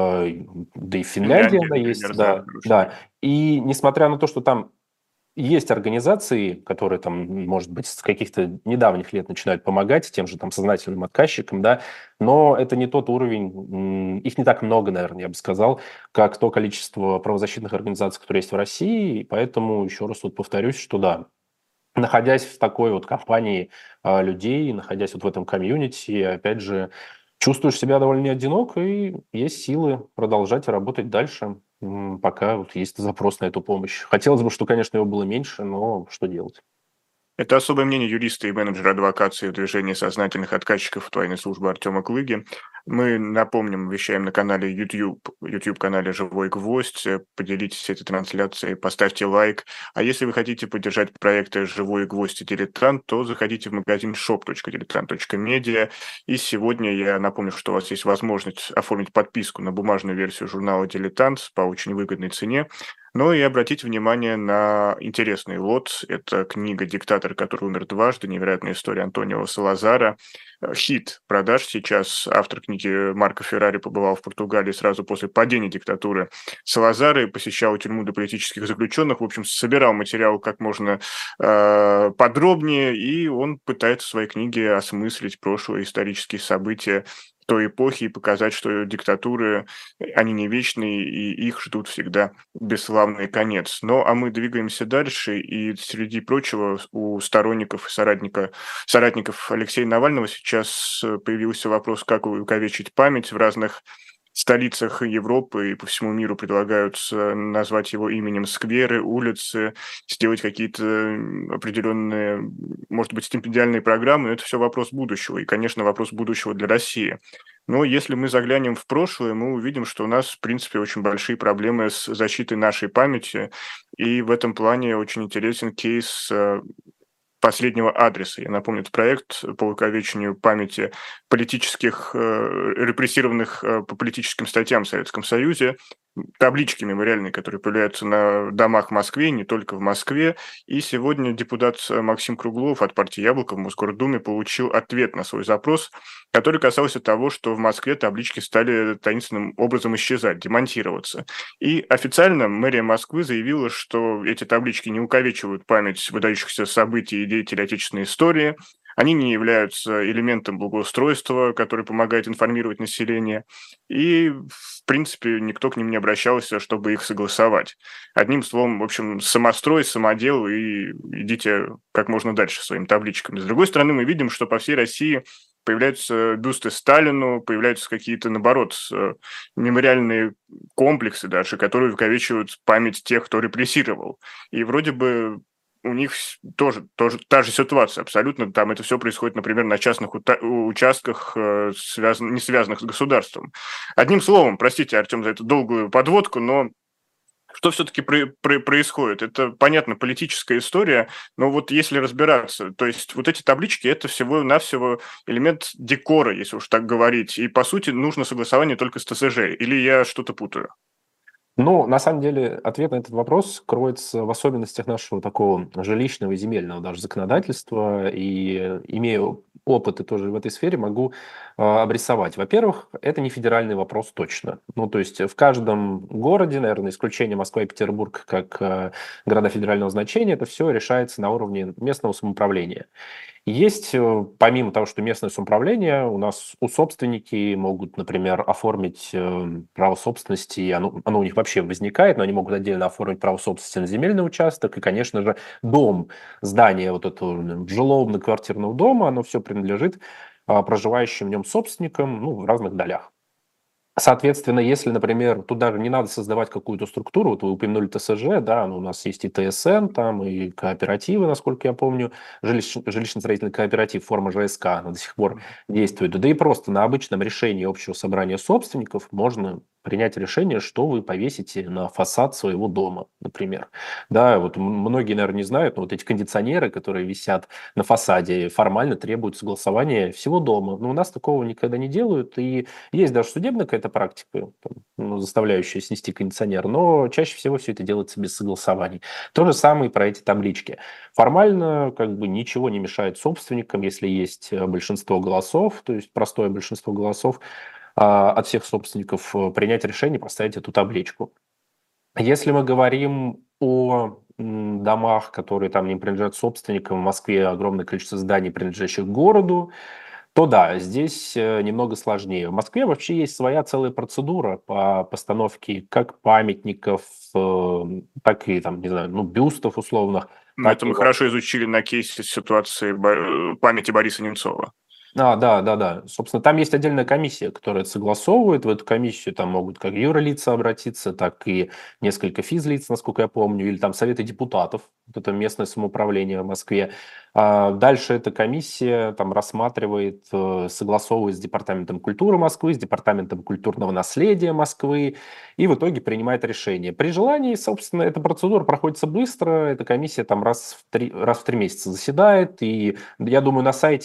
да и в Финляндии Финляндия, она есть, например, да, да, хороший да. пример. И несмотря на то, что там есть организации, которые там, может быть, с каких-то недавних лет начинают помогать тем же там сознательным отказчикам, да, но это не тот уровень, их не так много, наверное, я бы сказал, как то количество правозащитных организаций, которые есть в России, и поэтому еще раз вот повторюсь, что да, находясь в такой вот компании людей, находясь вот в этом комьюнити, опять же, чувствуешь себя довольно одиноко, и есть силы продолжать работать дальше, пока вот есть запрос на эту помощь. Хотелось бы, что, конечно, его было меньше, но что делать? Это особое мнение юриста и менеджера адвокации в движении сознательных отказчиков тайной службы Артема Клыги. Мы, напомним, вещаем на канале YouTube-канале «Живой гвоздь». Поделитесь этой трансляцией, поставьте лайк. А если вы хотите поддержать проекты «Живой гвоздь» и «Дилетант», то заходите в магазин shop.diletant.media. И сегодня я напомню, что у вас есть возможность оформить подписку на бумажную версию журнала «Дилетант» по очень выгодной цене. Ну и обратите внимание на интересный лот. Это книга «Диктатор, который умер дважды. Невероятная история Антонио Салазара». Хит продаж сейчас. Автор книги Марко Феррари побывал в Португалии сразу после падения диктатуры Салазара и посещал тюрьму для политических заключенных. В общем, собирал материал как можно подробнее, и он пытается в своей книге осмыслить прошлые исторические события той эпохи и показать, что диктатуры, они не вечные, и их ждут всегда бесславный конец. Ну, а мы двигаемся дальше, и среди прочего у сторонников и соратников Алексея Навального сейчас появился вопрос, как увековечить память в разных столицах Европы и по всему миру предлагают назвать его именем скверы, улицы, сделать какие-то определенные, может быть, стипендиальные программы, но это все вопрос будущего, и, конечно, вопрос будущего для России. Но если мы заглянем в прошлое, мы увидим, что у нас, в принципе, очень большие проблемы с защитой нашей памяти, и в этом плане очень интересен кейс последнего адреса. Я напомню, это проект по увековечению памяти политических, репрессированных по политическим статьям в Советском Союзе, таблички мемориальные, которые появляются на домах Москвы, не только в Москве. И сегодня депутат Максим Круглов от партии «Яблоко» в Мосгордуме получил ответ на свой запрос, который касался того, что в Москве таблички стали таинственным образом исчезать, демонтироваться. И официально мэрия Москвы заявила, что эти таблички не увековечивают память выдающихся событий и деятелей отечественной истории, они не являются элементом благоустройства, который помогает информировать население, и, в принципе, никто к ним не обращался, чтобы их согласовать. Одним словом, в общем, самострой, самодел, и идите как можно дальше своими табличками. С другой стороны, мы видим, что по всей России появляются бюсты Сталину, появляются какие-то, наоборот, мемориальные комплексы даже, которые увековечивают память тех, кто репрессировал. И вроде бы у них тоже та же ситуация абсолютно. Там это все происходит, например, на частных участках, не связанных с государством. Одним словом, простите, Артем, за эту долгую подводку, но что все-таки происходит? Это, понятно, политическая история, но вот если разбираться, то есть вот эти таблички – это всего-навсего элемент декора, если уж так говорить, и, по сути, нужно согласование только с ТСЖ, или я что-то путаю? Ну, на самом деле, ответ на этот вопрос кроется в особенностях нашего такого жилищного и земельного даже законодательства. И имея опыт и тоже в этой сфере, могу обрисовать. Во-первых, это не федеральный вопрос точно. Ну, то есть в каждом городе, наверное, исключение Москва и Петербург как города федерального значения, это все решается на уровне местного самоуправления. Есть, помимо того, что местное самоуправление, у собственники могут, например, оформить право собственности, и оно у них вообще возникает, но они могут отдельно оформить право собственности на земельный участок, и, конечно же, дом, здание вот этого жилого-квартирного дома, оно все принадлежит проживающим в нем собственникам, ну, в разных долях. Соответственно, если, например, тут даже не надо создавать какую-то структуру, вот вы упомянули ТСЖ, да, ну, у нас есть и ТСН, там, и кооперативы, насколько я помню, жилищно-строительный кооператив, форма ЖСК, она до сих пор действует. Да и просто на обычном решении общего собрания собственников можно принять решение, что вы повесите на фасад своего дома, например. Да, вот многие, наверное, не знают, но вот эти кондиционеры, которые висят на фасаде, формально требуют согласования всего дома. Но у нас такого никогда не делают, и есть даже судебная какая-то практика, там, ну, заставляющая снести кондиционер, но чаще всего все это делается без согласований. То же самое и про эти таблички. Формально как бы ничего не мешает собственникам, если есть большинство голосов, то есть простое большинство голосов от всех собственников, принять решение поставить эту табличку. Если мы говорим о домах, которые там не принадлежат собственникам, в Москве огромное количество зданий, принадлежащих городу, то да, здесь немного сложнее. В Москве вообще есть своя целая процедура по постановке как памятников, так и там, не знаю, ну, бюстов условных, Ну, так это и мы хорошо изучили на кейсе ситуации памяти Бориса Немцова. да. Собственно, там есть отдельная комиссия, которая это согласовывает. В эту комиссию там могут как юрлица обратиться, так и несколько физлиц, насколько я помню, или там советы депутатов, вот это местное самоуправление в Москве. Дальше эта комиссия там рассматривает, согласовывает с Департаментом культуры Москвы, с Департаментом культурного наследия Москвы, и в итоге принимает решение. При желании, собственно, эта процедура проходится быстро, эта комиссия там раз в 3 месяца заседает, и я думаю,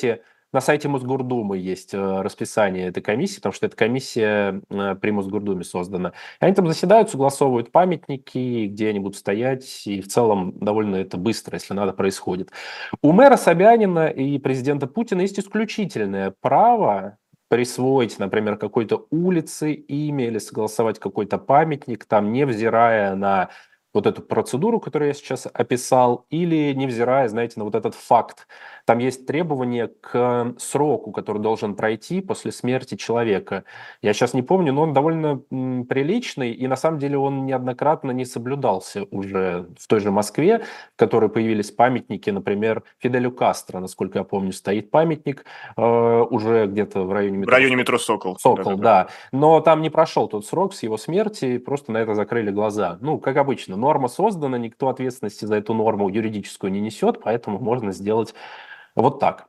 на сайте Мосгордумы есть расписание этой комиссии, потому что эта комиссия при Мосгордуме создана. И они там заседают, согласовывают памятники, где они будут стоять, и в целом довольно это быстро, если надо, происходит. У мэра Собянина и президента Путина есть исключительное право присвоить, например, какой-то улице имя или согласовать какой-то памятник, там, невзирая на вот эту процедуру, которую я сейчас описал, или невзирая, знаете, на вот этот факт. Там есть требования к сроку, который должен пройти после смерти человека. Я сейчас не помню, но он довольно приличный, и на самом деле он неоднократно не соблюдался уже в той же Москве, в которой появились памятники, например, Фиделю Кастро, насколько я помню, стоит памятник уже где-то в районе В метро районе метро «Сокол». Сокол, Да-да-да. да. Но там не прошел тот срок с его смерти, просто на это закрыли глаза. Ну, как обычно, норма создана, никто ответственности за эту норму юридическую не несет, поэтому можно сделать вот так.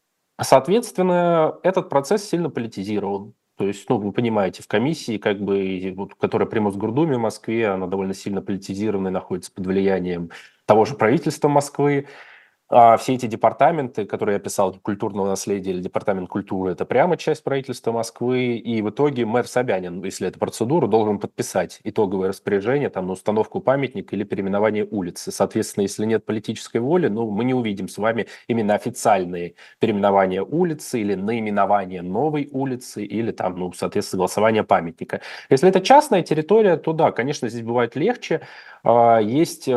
Соответственно, этот процесс сильно политизирован. То есть, ну, вы понимаете, в комиссии, как бы, вот, которая при Мосгордуме в Москве, она довольно сильно политизирована и находится под влиянием того же правительства Москвы. А все эти департаменты, которые я писал, культурного наследия или департамент культуры, это прямо часть правительства Москвы. И в итоге мэр Собянин, если это процедура, должен подписать итоговое распоряжение там, на установку памятника или переименование улицы. Соответственно, если нет политической воли, ну, мы не увидим с вами именно официальные переименования улицы или наименование новой улицы или там, ну, соответственно, согласование памятника. Если это частная территория, то да, конечно, здесь бывает легче. Есть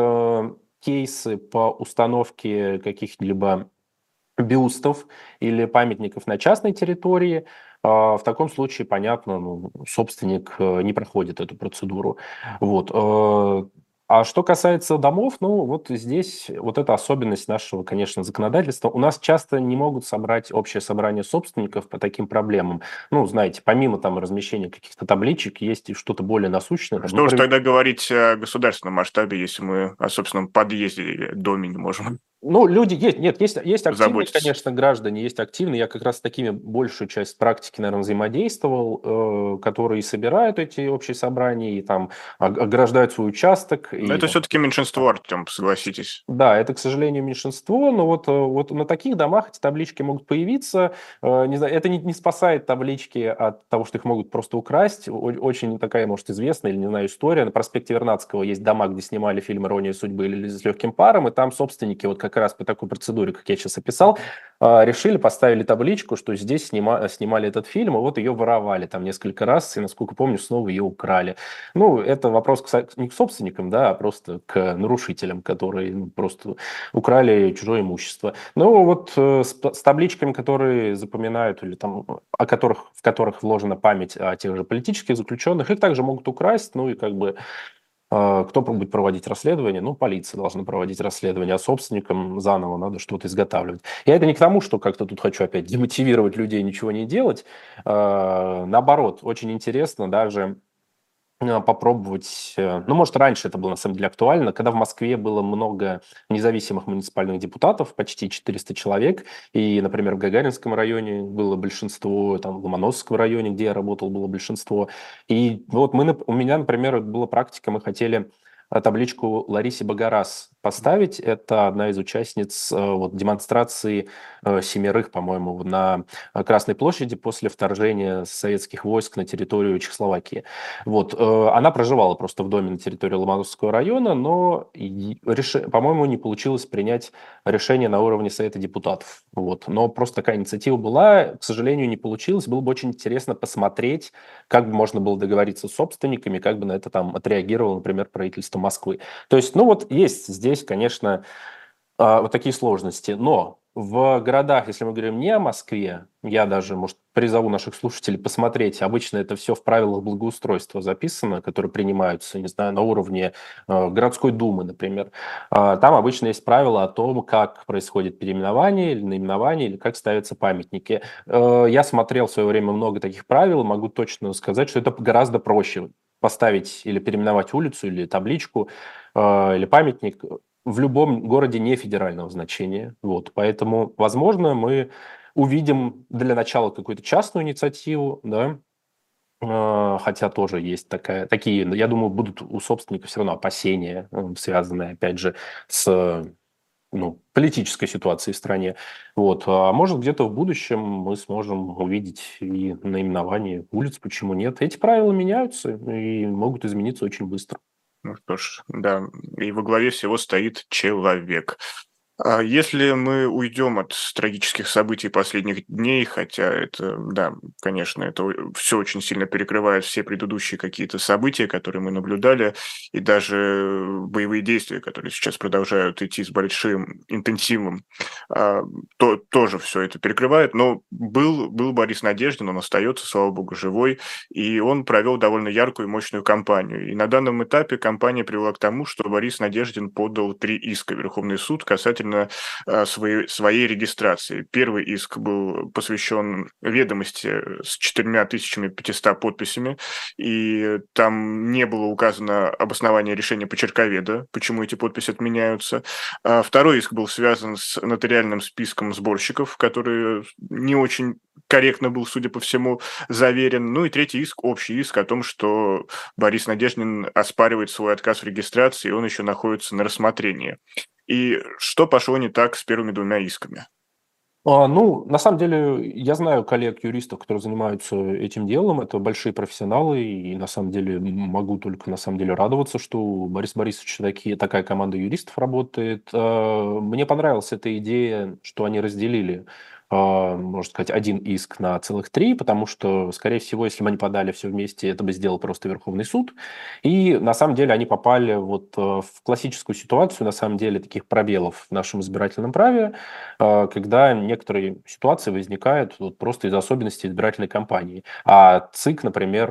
кейсы по установке каких-либо бюстов или памятников на частной территории. В таком случае, понятно, ну, собственник не проходит эту процедуру. Вот. А что касается домов, ну вот здесь вот эта особенность нашего, конечно, законодательства. У нас часто не могут собрать общее собрание собственников по таким проблемам. Ну, знаете, помимо там размещения каких-то табличек, есть и что-то более насущное. Там, Что уж например, тогда говорить о государственном масштабе, если мы о собственном подъезде или доме не можем ну, люди есть, нет, есть активные, заботиться? конечно, граждане, есть активные. Я как раз с такими большую часть практики, наверное, взаимодействовал, которые собирают эти общие собрания и там ограждают свой участок. Но И это все-таки меньшинство, Артем, согласитесь. да, это, к сожалению, меньшинство, но вот на таких домах эти таблички могут появиться. Не знаю, это не спасает таблички от того, что их могут просто украсть. Очень такая, может, известная или, не знаю, история. На проспекте Вернадского есть дома, где снимали фильм «Ирония судьбы» или «С легким паром», и там собственники вот как раз по такой процедуре, как я сейчас описал, решили, поставили табличку, что здесь снимали этот фильм, и вот ее воровали там несколько раз, и, насколько помню, снова ее украли. Ну, это вопрос не к собственникам, да, а просто к нарушителям, которые просто украли чужое имущество. Ну, вот с табличками, которые запоминают или там, в которых вложена память о тех же политических заключенных, их также могут украсть, ну и как бы кто будет проводить расследование? Ну, полиция должна проводить расследование, а собственникам заново надо что-то изготавливать. Я это не к тому, что как-то тут хочу опять демотивировать людей ничего не делать. Наоборот, очень интересно даже попробовать, ну, может, раньше это было на самом деле актуально, когда в Москве было много независимых муниципальных депутатов, почти 400 человек, и, например, в Гагаринском районе было большинство, там, в Ломоносовском районе, где я работал, было большинство. И вот у меня, например, была практика, мы хотели табличку Ларисе Багарас поставить. Это одна из участниц вот, демонстрации семерых, по-моему, на Красной площади после вторжения советских войск на территорию Чехословакии. Вот, она проживала просто в доме на территории Ломоносовского района, но, по-моему, не получилось принять решение на уровне Совета депутатов. Вот. Но просто такая инициатива была, к сожалению, не получилось. Было бы очень интересно посмотреть, как бы можно было договориться с собственниками, как бы на это там отреагировало, например, правительство Москвы. То есть, ну вот есть здесь, конечно, вот такие сложности. Но в городах, если мы говорим не о Москве, я даже, может, призову наших слушателей посмотреть, обычно это все в правилах благоустройства записано, которые принимаются, не знаю, на уровне городской думы, например. Там обычно есть правила о том, как происходит переименование или наименование, или как ставятся памятники. Я смотрел в свое время много таких правил, могу точно сказать, что это гораздо проще поставить или переименовать улицу, или табличку, или памятник в любом городе не федерального значения. Вот. Поэтому, возможно, мы увидим для начала какую-то частную инициативу, да, хотя тоже есть такие, я думаю, будут у собственников все равно опасения, связанные, опять же, с политической ситуацией в стране. Вот. А может, где-то в будущем мы сможем увидеть и наименование улиц, почему нет. Эти правила меняются и могут измениться очень быстро. Ну что ж, да, и во главе всего стоит человек. Если мы уйдем от трагических событий последних дней, хотя это, да, конечно, это все очень сильно перекрывает все предыдущие какие-то события, которые мы наблюдали, и даже боевые действия, которые сейчас продолжают идти с большим интенсивом, тоже все это перекрывает. Но был Борис Надеждин, он остается, слава богу, живой, и он провел довольно яркую и мощную кампанию. И на данном этапе кампания привела к тому, что Борис Надеждин подал 3 иска в Верховный суд касательно своей регистрации. Первый иск был посвящен ведомости с 4500 подписями, и там не было указано обоснование решения почерковеда, почему эти подписи отменяются. Второй иск был связан с нотариальным списком сборщиков, который не очень корректно был, судя по всему, заверен. Ну и третий иск, общий иск о том, что Борис Надеждин оспаривает свой отказ в регистрации, и он еще находится на рассмотрении. И что пошло не так с первыми 2 исками? Ну, на самом деле, я знаю коллег-юристов, которые занимаются этим делом. Это большие профессионалы, и на самом деле могу только на самом деле радоваться, что у Бориса Борисовича такая команда юристов работает. Мне понравилась эта идея, что они разделили, можно сказать, один иск на целых 3, потому что, скорее всего, если бы они подали все вместе, это бы сделал просто Верховный суд. И на самом деле они попали вот в классическую ситуацию, на самом деле, таких пробелов в нашем избирательном праве, когда некоторые ситуации возникают вот просто из особенностей избирательной кампании. А ЦИК, например,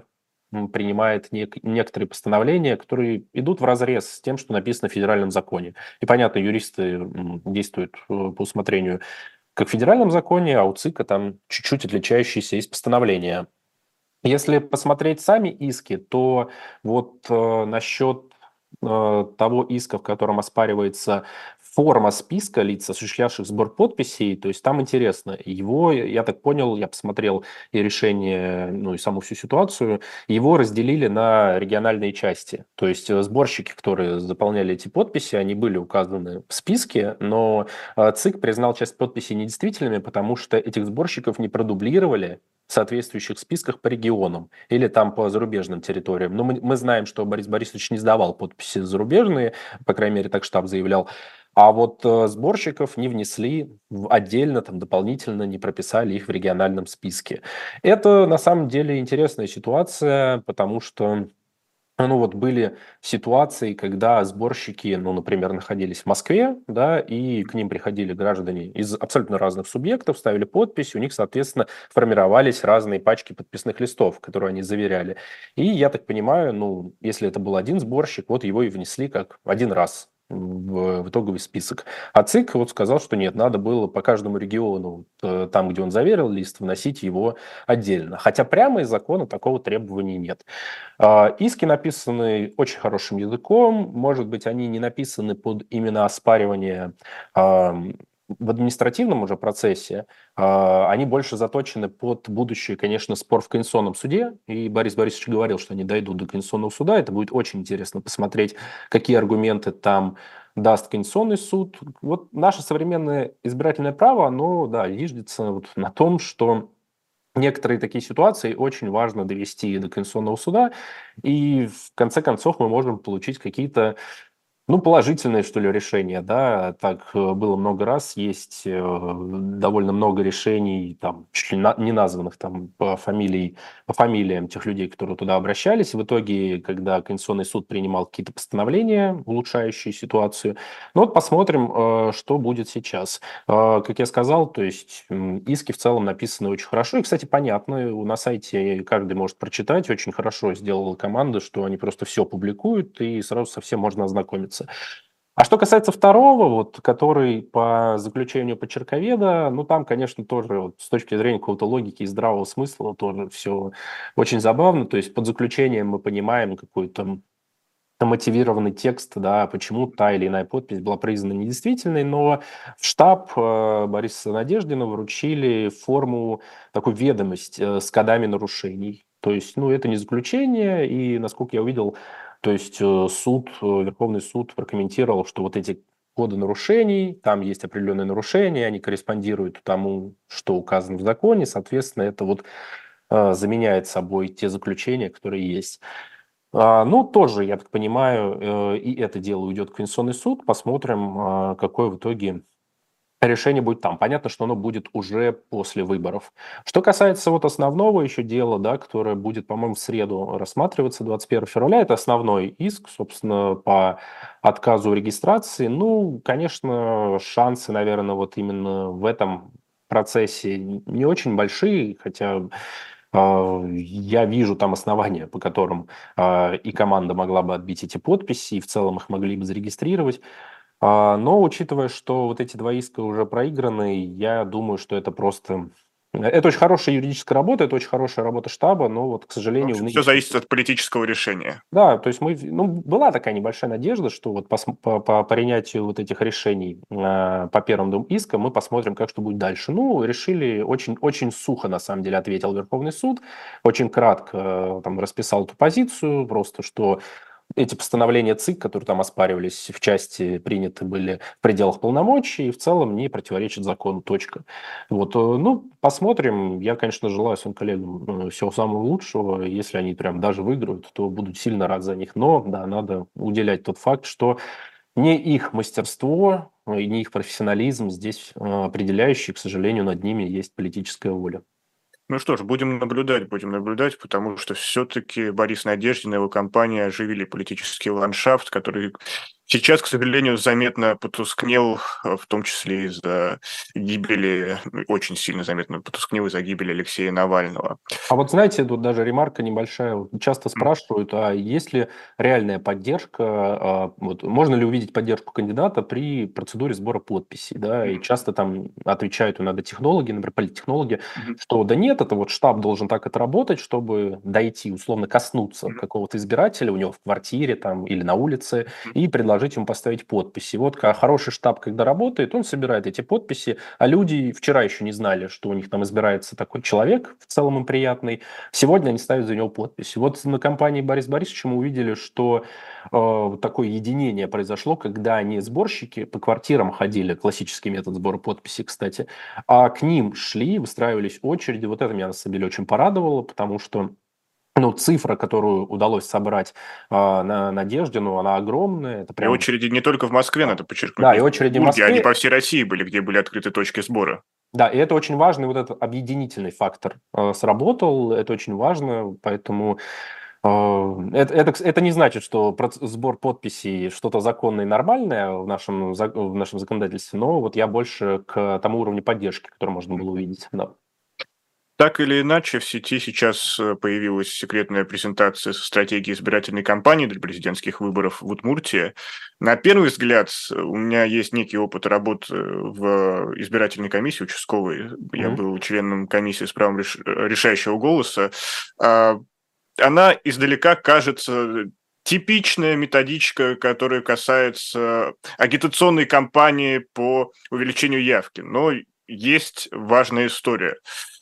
принимает некоторые постановления, которые идут вразрез с тем, что написано в федеральном законе. И, понятно, юристы действуют по усмотрению как в федеральном законе, а у ЦИКа там чуть-чуть отличающиеся есть постановления. Если посмотреть сами иски, то вот насчет того иска, в котором оспаривается форма списка лиц, осуществлявших сбор подписей, то есть там интересно. Его, я так понял, я посмотрел и решение, ну и саму всю ситуацию, его разделили на региональные части. То есть сборщики, которые заполняли эти подписи, они были указаны в списке, но ЦИК признал часть подписей недействительными, потому что этих сборщиков не продублировали в соответствующих списках по регионам или там по зарубежным территориям. Но мы знаем, что Борис Борисович не сдавал подписи зарубежные, по крайней мере, так штаб заявлял. А вот сборщиков не внесли отдельно, там, дополнительно не прописали их в региональном списке. Это на самом деле интересная ситуация, потому что ну вот были ситуации, когда сборщики, ну, например, находились в Москве, да, и к ним приходили граждане из абсолютно разных субъектов, ставили подпись, у них, соответственно, формировались разные пачки подписных листов, которые они заверяли. И я так понимаю, ну, если это был один сборщик, вот его и внесли как один раз в итоговый список. А ЦИК вот сказал, что нет, надо было по каждому региону, там, где он заверил лист, вносить его отдельно. Хотя прямо из закона такого требования нет. Иски написаны очень хорошим языком, может быть, они не написаны под именно оспаривание в административном уже процессе, они больше заточены под будущий, конечно, спор в Конституционном суде, и Борис Борисович говорил, что они дойдут до Конституционного суда, это будет очень интересно посмотреть, какие аргументы там даст Конституционный суд. Вот наше современное избирательное право, оно, да, зиждется вот на том, что некоторые такие ситуации очень важно довести до Конституционного суда, и в конце концов мы можем получить какие-то ну, положительное, что ли, решение, да. Так было много раз. Есть довольно много решений, там, чуть ли не названных там по фамилиям тех людей, которые туда обращались. В итоге, когда Конституционный суд принимал какие-то постановления, улучшающие ситуацию, ну вот посмотрим, что будет сейчас. Как я сказал, то есть иски в целом написаны очень хорошо. И, кстати, понятно, на сайте каждый может прочитать. Очень хорошо сделала команда, что они просто все публикуют, и сразу со всем можно ознакомиться. А что касается второго, вот, который по заключению почерковеда, ну там, конечно, тоже вот, с точки зрения какого-то логики и здравого смысла тоже все очень забавно. То есть под заключением мы понимаем какую-то мотивированный текст, да, почему та или иная подпись была признана недействительной, но в штаб Бориса Надеждина вручили форму, такую ведомость с кодами нарушений. То есть, ну, это не заключение, и, насколько я увидел, то есть Верховный суд прокомментировал, что вот эти коды нарушений, там есть определенные нарушения, они корреспондируют тому, что указано в законе, соответственно, это вот заменяет собой те заключения, которые есть. Ну, тоже, я так понимаю, и это дело уйдет в Конституционный суд. Посмотрим, какое в итоге решение будет там. Понятно, что оно будет уже после выборов. Что касается вот основного еще дела, да, которое будет, по-моему, в среду рассматриваться 21 февраля, это основной иск, собственно, по отказу в регистрации. Ну, конечно, шансы, наверное, вот именно в этом процессе не очень большие, хотя я вижу там основания, по которым и команда могла бы отбить эти подписи, и в целом их могли бы зарегистрировать. Но учитывая, что вот эти два иска уже проиграны, я думаю, что это просто... Это очень хорошая юридическая работа, это очень хорошая работа штаба, но вот, к В сожалению, в общем, все нынешней... зависит от политического решения. Да, то есть мы, ну, была такая небольшая надежда, что вот по принятию вот этих решений по первым двум искам мы посмотрим, как что будет дальше. Ну, решили очень, очень сухо, на самом деле, ответил Верховный суд, очень кратко там расписал эту позицию, просто что эти постановления ЦИК, которые там оспаривались в части, приняты были в пределах полномочий и в целом не противоречат закону. Точка. Вот, ну, посмотрим. Я, конечно, желаю своим коллегам всего самого лучшего. Если они прям даже выиграют, то буду сильно рад за них. Но, да, надо уделять тот факт, что не их мастерство и не их профессионализм здесь определяющий. К сожалению, над ними есть политическая воля. Ну что ж, будем наблюдать, потому что все-таки Борис Надеждин и его компания оживили политический ландшафт, который Сейчас, к сожалению, заметно потускнел, в том числе из-за гибели, очень сильно заметно потускнел из-за гибели Алексея Навального. А вот знаете, тут даже ремарка небольшая. Вот часто спрашивают, а есть ли реальная поддержка, вот, можно ли увидеть поддержку кандидата при процедуре сбора подписей, да, и часто там отвечают иногда технологи, например, политтехнологи, Мгм. что да нет, это вот штаб должен так отработать, чтобы дойти, условно коснуться Мгм. какого-то избирателя у него в квартире там или на улице Мгм. и предложить ему поставить подписи. Вот хороший штаб, когда работает, он собирает эти подписи, а люди вчера еще не знали, что у них там избирается такой человек, в целом им приятный. Сегодня они ставят за него подпись. Вот на кампании Бориса Борисовича мы увидели, что такое единение произошло, когда они сборщики по квартирам ходили, классический метод сбора подписей, кстати, а к ним шли, выстраивались очереди. Вот это меня на самом деле очень порадовало, потому что ну, цифра, которую удалось собрать на Надеждину, она огромная. Это И прям... очереди не только в Москве, Да, надо подчеркнуть, да, не и в очереди в Петербурге, они по Москве. всей России были, где были открыты точки сбора. Да, и это очень важный вот этот объединительный фактор сработал, это очень важно, поэтому это не значит, что сбор подписей что-то законное и нормальное в нашем законодательстве, но вот я больше к тому уровню поддержки, который можно было увидеть. Да. Так или иначе, в сети сейчас появилась секретная презентация со стратегией избирательной кампании для президентских выборов в Удмуртии. На первый взгляд, у меня есть некий опыт работы в избирательной комиссии участковой. Я Мгм. был членом комиссии с правом решающего голоса. А, Она издалека кажется типичная методичка, которая касается агитационной кампании по увеличению явки. Но есть важная история.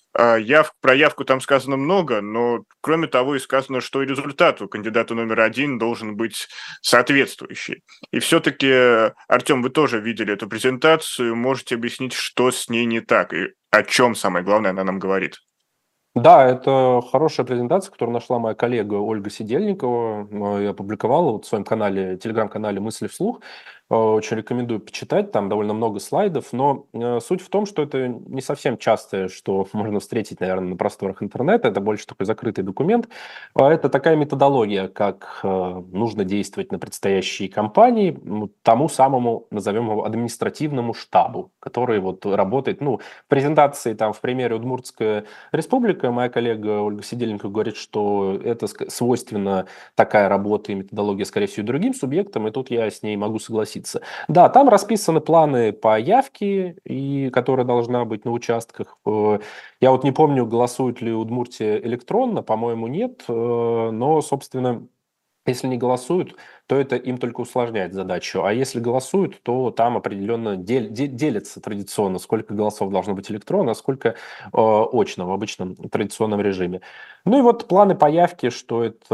Про явку там сказано много, но кроме того и сказано, что и результат у кандидата номер один должен быть соответствующий. И все-таки, Артем, вы тоже видели эту презентацию, можете объяснить, что с ней не так и о чем, самое главное, она нам говорит? Да, это хорошая презентация, которую нашла моя коллега Ольга Сидельникова и опубликовала вот в своем канале, телеграм-канале «Мысли вслух». Очень рекомендую почитать, там довольно много слайдов, но суть в том, что это не совсем частое, что можно встретить, наверное, на просторах интернета, это больше такой закрытый документ. Это такая методология, как нужно действовать на предстоящей кампании тому самому, назовем его, административному штабу, который вот работает, ну, в презентации там в примере Удмуртская Республика, моя коллега Ольга Сидельникова говорит, что это свойственно такая работа и методология, скорее всего, и другим субъектам, и тут я с ней могу согласиться. Да, там расписаны планы по явке, и, которая должна быть на участках. Я вот не помню, голосует ли Удмуртия электронно, по-моему, нет, но, собственно, если не голосуют, то это им только усложняет задачу. А если голосуют, то там определенно делится традиционно, сколько голосов должно быть электронно, а сколько очно в обычном традиционном режиме. Ну и вот планы по явке, что это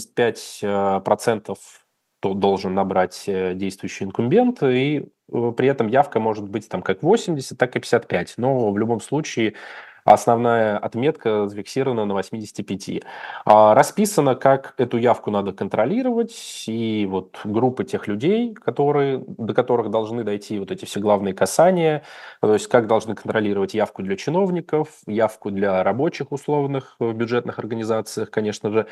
85% должен набрать действующий инкумбент, и при этом явка может быть там как 80, так и 55. Но в любом случае основная отметка зафиксирована на 85. Расписано, как эту явку надо контролировать, и вот группы тех людей, до которых должны дойти вот эти все главные касания, то есть как должны контролировать явку для чиновников, явку для рабочих условных в бюджетных организациях, конечно же.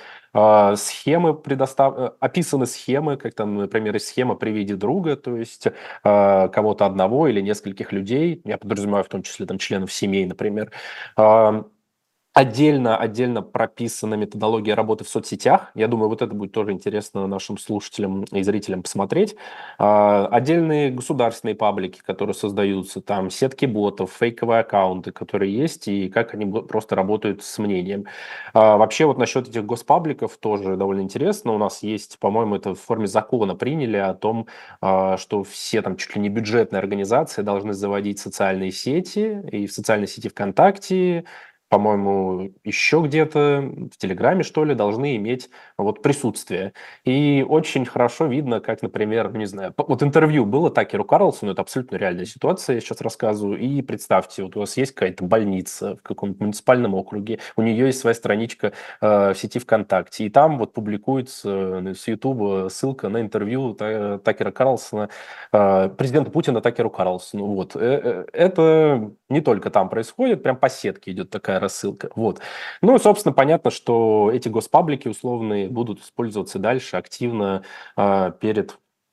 Описаны схемы, как там, например, есть схема «При виде друга», то есть кого-то одного или нескольких людей, я подразумеваю в том числе там членов семей, например. А, отдельно прописана методология работы в соцсетях. Я думаю, вот это будет тоже интересно нашим слушателям и зрителям посмотреть. Отдельные государственные паблики, которые создаются, там сетки ботов, фейковые аккаунты, которые есть, и как они просто работают с мнением. Вообще вот насчет этих госпабликов тоже довольно интересно. У нас есть, по-моему, это в форме закона приняли о том, что все там чуть ли не бюджетные организации должны заводить социальные сети, и в социальной сети ВКонтакте, по-моему, еще где-то в Телеграме, что ли, должны иметь вот присутствие. И очень хорошо видно, как, например, ну, не знаю, вот интервью было Такеру Карлсону, это абсолютно реальная ситуация, я сейчас рассказываю, и представьте, вот у вас есть какая-то больница в каком-то муниципальном округе, у нее есть своя страничка в сети ВКонтакте, и там вот публикуется с Ютуба ссылка на интервью Такера Карлсона, президента Путина Такеру Карлсону. Вот. Это не только там происходит, прям по сетке идет такая рассылка. Вот. Ну и, собственно, понятно, что эти госпаблики условные будут использоваться дальше активно перед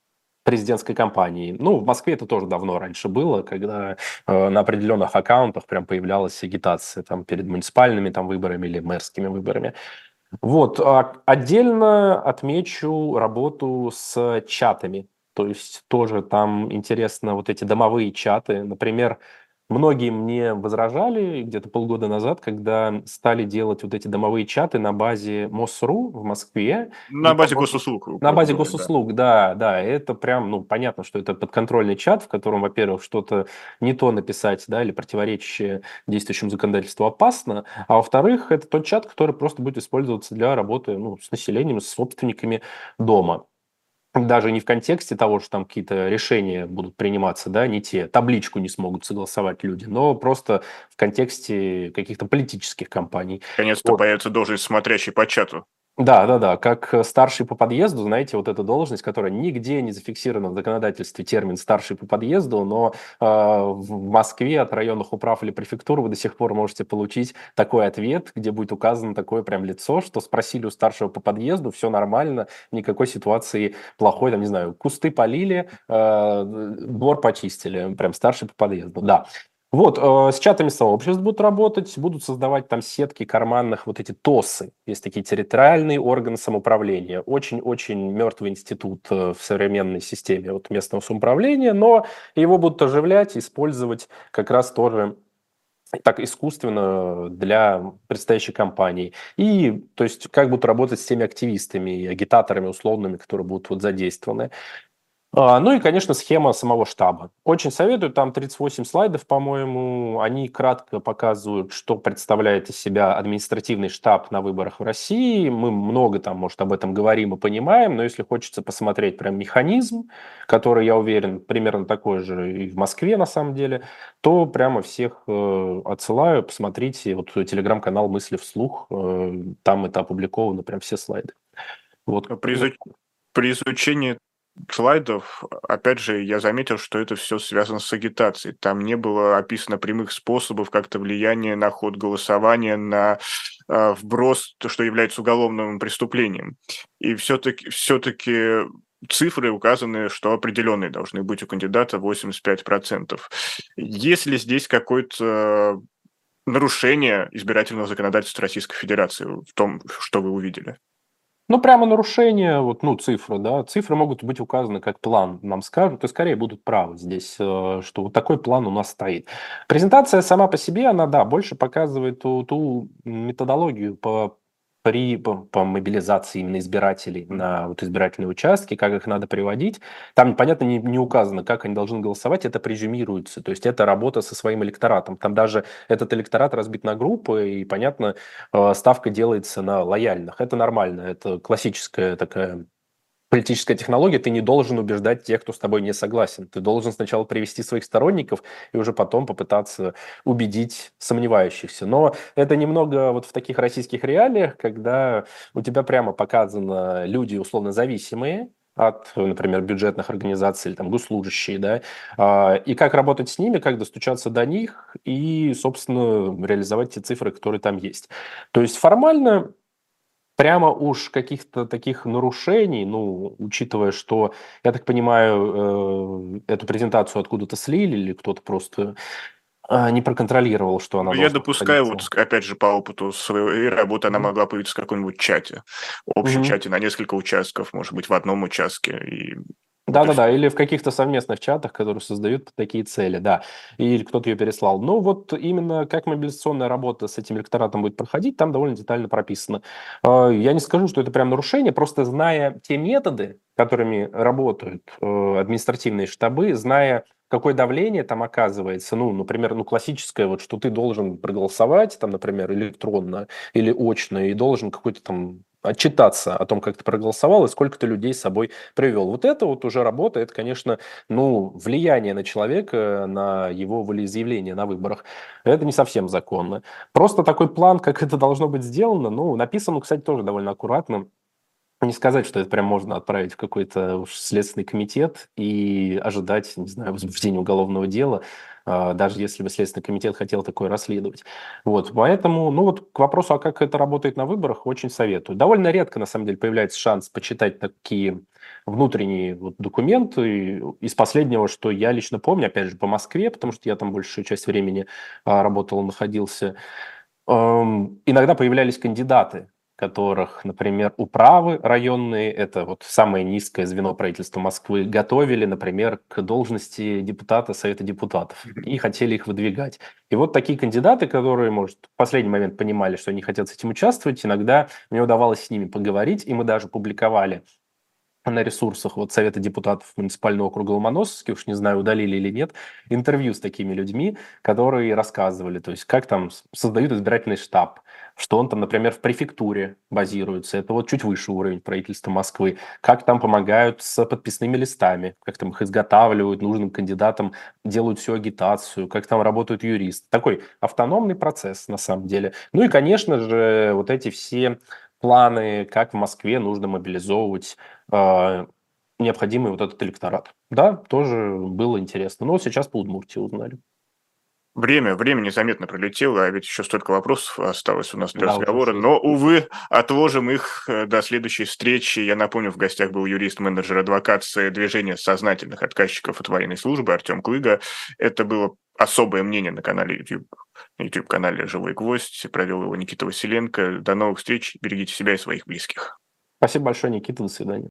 президентской кампании. Ну, в Москве это тоже давно раньше было, когда на определенных аккаунтах прям появлялась агитация там перед муниципальными там выборами или мэрскими выборами. Вот, отдельно отмечу работу с чатами. То есть тоже там интересно вот эти домовые чаты. Например, многие мне возражали где-то полгода назад, когда стали делать вот эти домовые чаты на базе МОСРУ в Москве. На И, базе по-моему, госуслуг, на грубо базе говоря, да. госуслуг, да, да, это прям, ну, понятно, что это подконтрольный чат, в котором, во-первых, что-то не то написать, да, или противоречащее действующему законодательству опасно, а во-вторых, это тот чат, который просто будет использоваться для работы, ну, с населением, с собственниками дома. Даже не в контексте того, что там какие-то решения будут приниматься, да, не те, табличку не смогут согласовать люди, но просто в контексте каких-то политических кампаний. Наконец-то Вот. появится должность смотрящий по чату. Да, да, да, как старший по подъезду, знаете, вот эта должность, которая нигде не зафиксирована в законодательстве, термин старший по подъезду, но в Москве от районных управ или префектур вы до сих пор можете получить такой ответ, где будет указано такое прям лицо, что спросили у старшего по подъезду, все нормально, никакой ситуации плохой, там, не знаю, кусты полили, двор почистили, прям старший по подъезду, да. Вот, с чатами сообществ будут работать, будут создавать там сетки карманных, вот эти ТОСы, есть такие территориальные органы самоуправления, очень-очень мертвый институт в современной системе вот местного самоуправления, но его будут оживлять, использовать как раз тоже так искусственно для предстоящей кампании. И, то есть, как будут работать с теми активистами и агитаторами условными, которые будут вот задействованы. Ну и, конечно, схема самого штаба. Очень советую, там 38 слайдов, по-моему. Они кратко показывают, что представляет из себя административный штаб на выборах в России. Мы много там, может, об этом говорим и понимаем, но если хочется посмотреть прям механизм, который, я уверен, примерно такой же и в Москве на самом деле, то прямо всех отсылаю, посмотрите, вот телеграм-канал «Мысли вслух», там это опубликовано, прям все слайды. Вот. При изучении слайдов, опять же, я заметил, что это все связано с агитацией. Там не было описано прямых способов как-то влияния на ход голосования, на вброс, то, что является уголовным преступлением. И все-таки цифры указаны, что определенные должны быть у кандидата 85%. Есть ли здесь какое-то нарушение избирательного законодательства Российской Федерации в том, что вы увидели? Ну, прямо нарушение, вот, ну, цифры, да, цифры могут быть указаны как план, нам скажут, и скорее будут правы здесь, что вот такой план у нас стоит. Презентация сама по себе, она, да, больше показывает ту методологию по мобилизации именно избирателей на вот избирательные участки, как их надо приводить. Там, понятно, не указано, как они должны голосовать, это презюмируется, то есть это работа со своим электоратом. Там даже этот электорат разбит на группы, и, понятно, ставка делается на лояльных. Это нормально, это классическая такая политическая технология. Ты не должен убеждать тех, кто с тобой не согласен. Ты должен сначала привести своих сторонников и уже потом попытаться убедить сомневающихся. Но это немного вот в таких российских реалиях, когда у тебя прямо показано люди условно зависимые от, например, бюджетных организаций или там госслужащие, да, и как работать с ними, как достучаться до них и, собственно, реализовать те цифры, которые там есть. То есть формально прямо уж каких-то таких нарушений, ну, учитывая, что, я так понимаю, эту презентацию откуда-то слили или кто-то просто не проконтролировал, что Ну, она я должна допускаю, находиться. вот опять же, по опыту своей работы, она Мгм. могла появиться в каком-нибудь чате, общем Мгм. чате на несколько участков, может быть, в одном участке, и вот и Да-да-да, все. или в каких-то совместных чатах, которые создают под такие цели, да. Или кто-то ее переслал. Но вот именно как мобилизационная работа с этим электоратом будет проходить, там довольно детально прописано. Я не скажу, что это прям нарушение, просто зная те методы, которыми работают административные штабы, зная, какое давление там оказывается, ну, например, ну, классическое, вот, что ты должен проголосовать, там, например, электронно или очно, и должен какой-то там отчитаться о том, как ты проголосовал и сколько ты людей с собой привел. Вот это вот уже работа, это, конечно, ну, влияние на человека, на его волеизъявление на выборах. Это не совсем законно. Просто такой план, как это должно быть сделано, ну, написано, кстати, тоже довольно аккуратно. Не сказать, что это прям можно отправить в какой-то уж следственный комитет и ожидать, не знаю, возбуждения уголовного дела. даже если бы Следственный комитет хотел такое расследовать. Вот, поэтому, ну вот к вопросу, а как это работает на выборах, очень советую. Довольно редко, на самом деле, появляется шанс почитать такие внутренние вот документы. Из последнего, что я лично помню, опять же, по Москве, потому что я там большую часть времени работал, находился, иногда появлялись кандидаты, которых, например, управы районные, это вот самое низкое звено правительства Москвы, готовили, например, к должности депутата Совета депутатов и хотели их выдвигать. И вот такие кандидаты, которые, может, в последний момент понимали, что они хотят с этим участвовать, иногда мне удавалось с ними поговорить, и мы даже публиковали на ресурсах вот Совета депутатов муниципального округа Ломоносовский, уж не знаю, удалили или нет, интервью с такими людьми, которые рассказывали, то есть как там создают избирательный штаб, что он там, например, в префектуре базируется, это вот чуть выше уровень правительства Москвы, как там помогают с подписными листами, как там их изготавливают нужным кандидатам, делают всю агитацию, как там работают юристы. Такой автономный процесс на самом деле. Ну и, конечно же, вот эти все планы, как в Москве нужно мобилизовывать а, необходимый вот этот электорат. Да, тоже было интересно. Но сейчас по Удмуртии узнали. Время незаметно пролетело, а ведь еще столько вопросов осталось у нас для Да, уж разговора. очень. Но, увы, отложим их до следующей встречи. Я напомню, в гостях был юрист-менеджер адвокации движения сознательных отказчиков от военной службы Артем Клыга. Это было особое мнение на канале YouTube, на YouTube-канале «Живой гвоздь». Провел его Никита Василенко. До новых встреч. Берегите себя и своих близких. Спасибо большое, Никита. До свидания.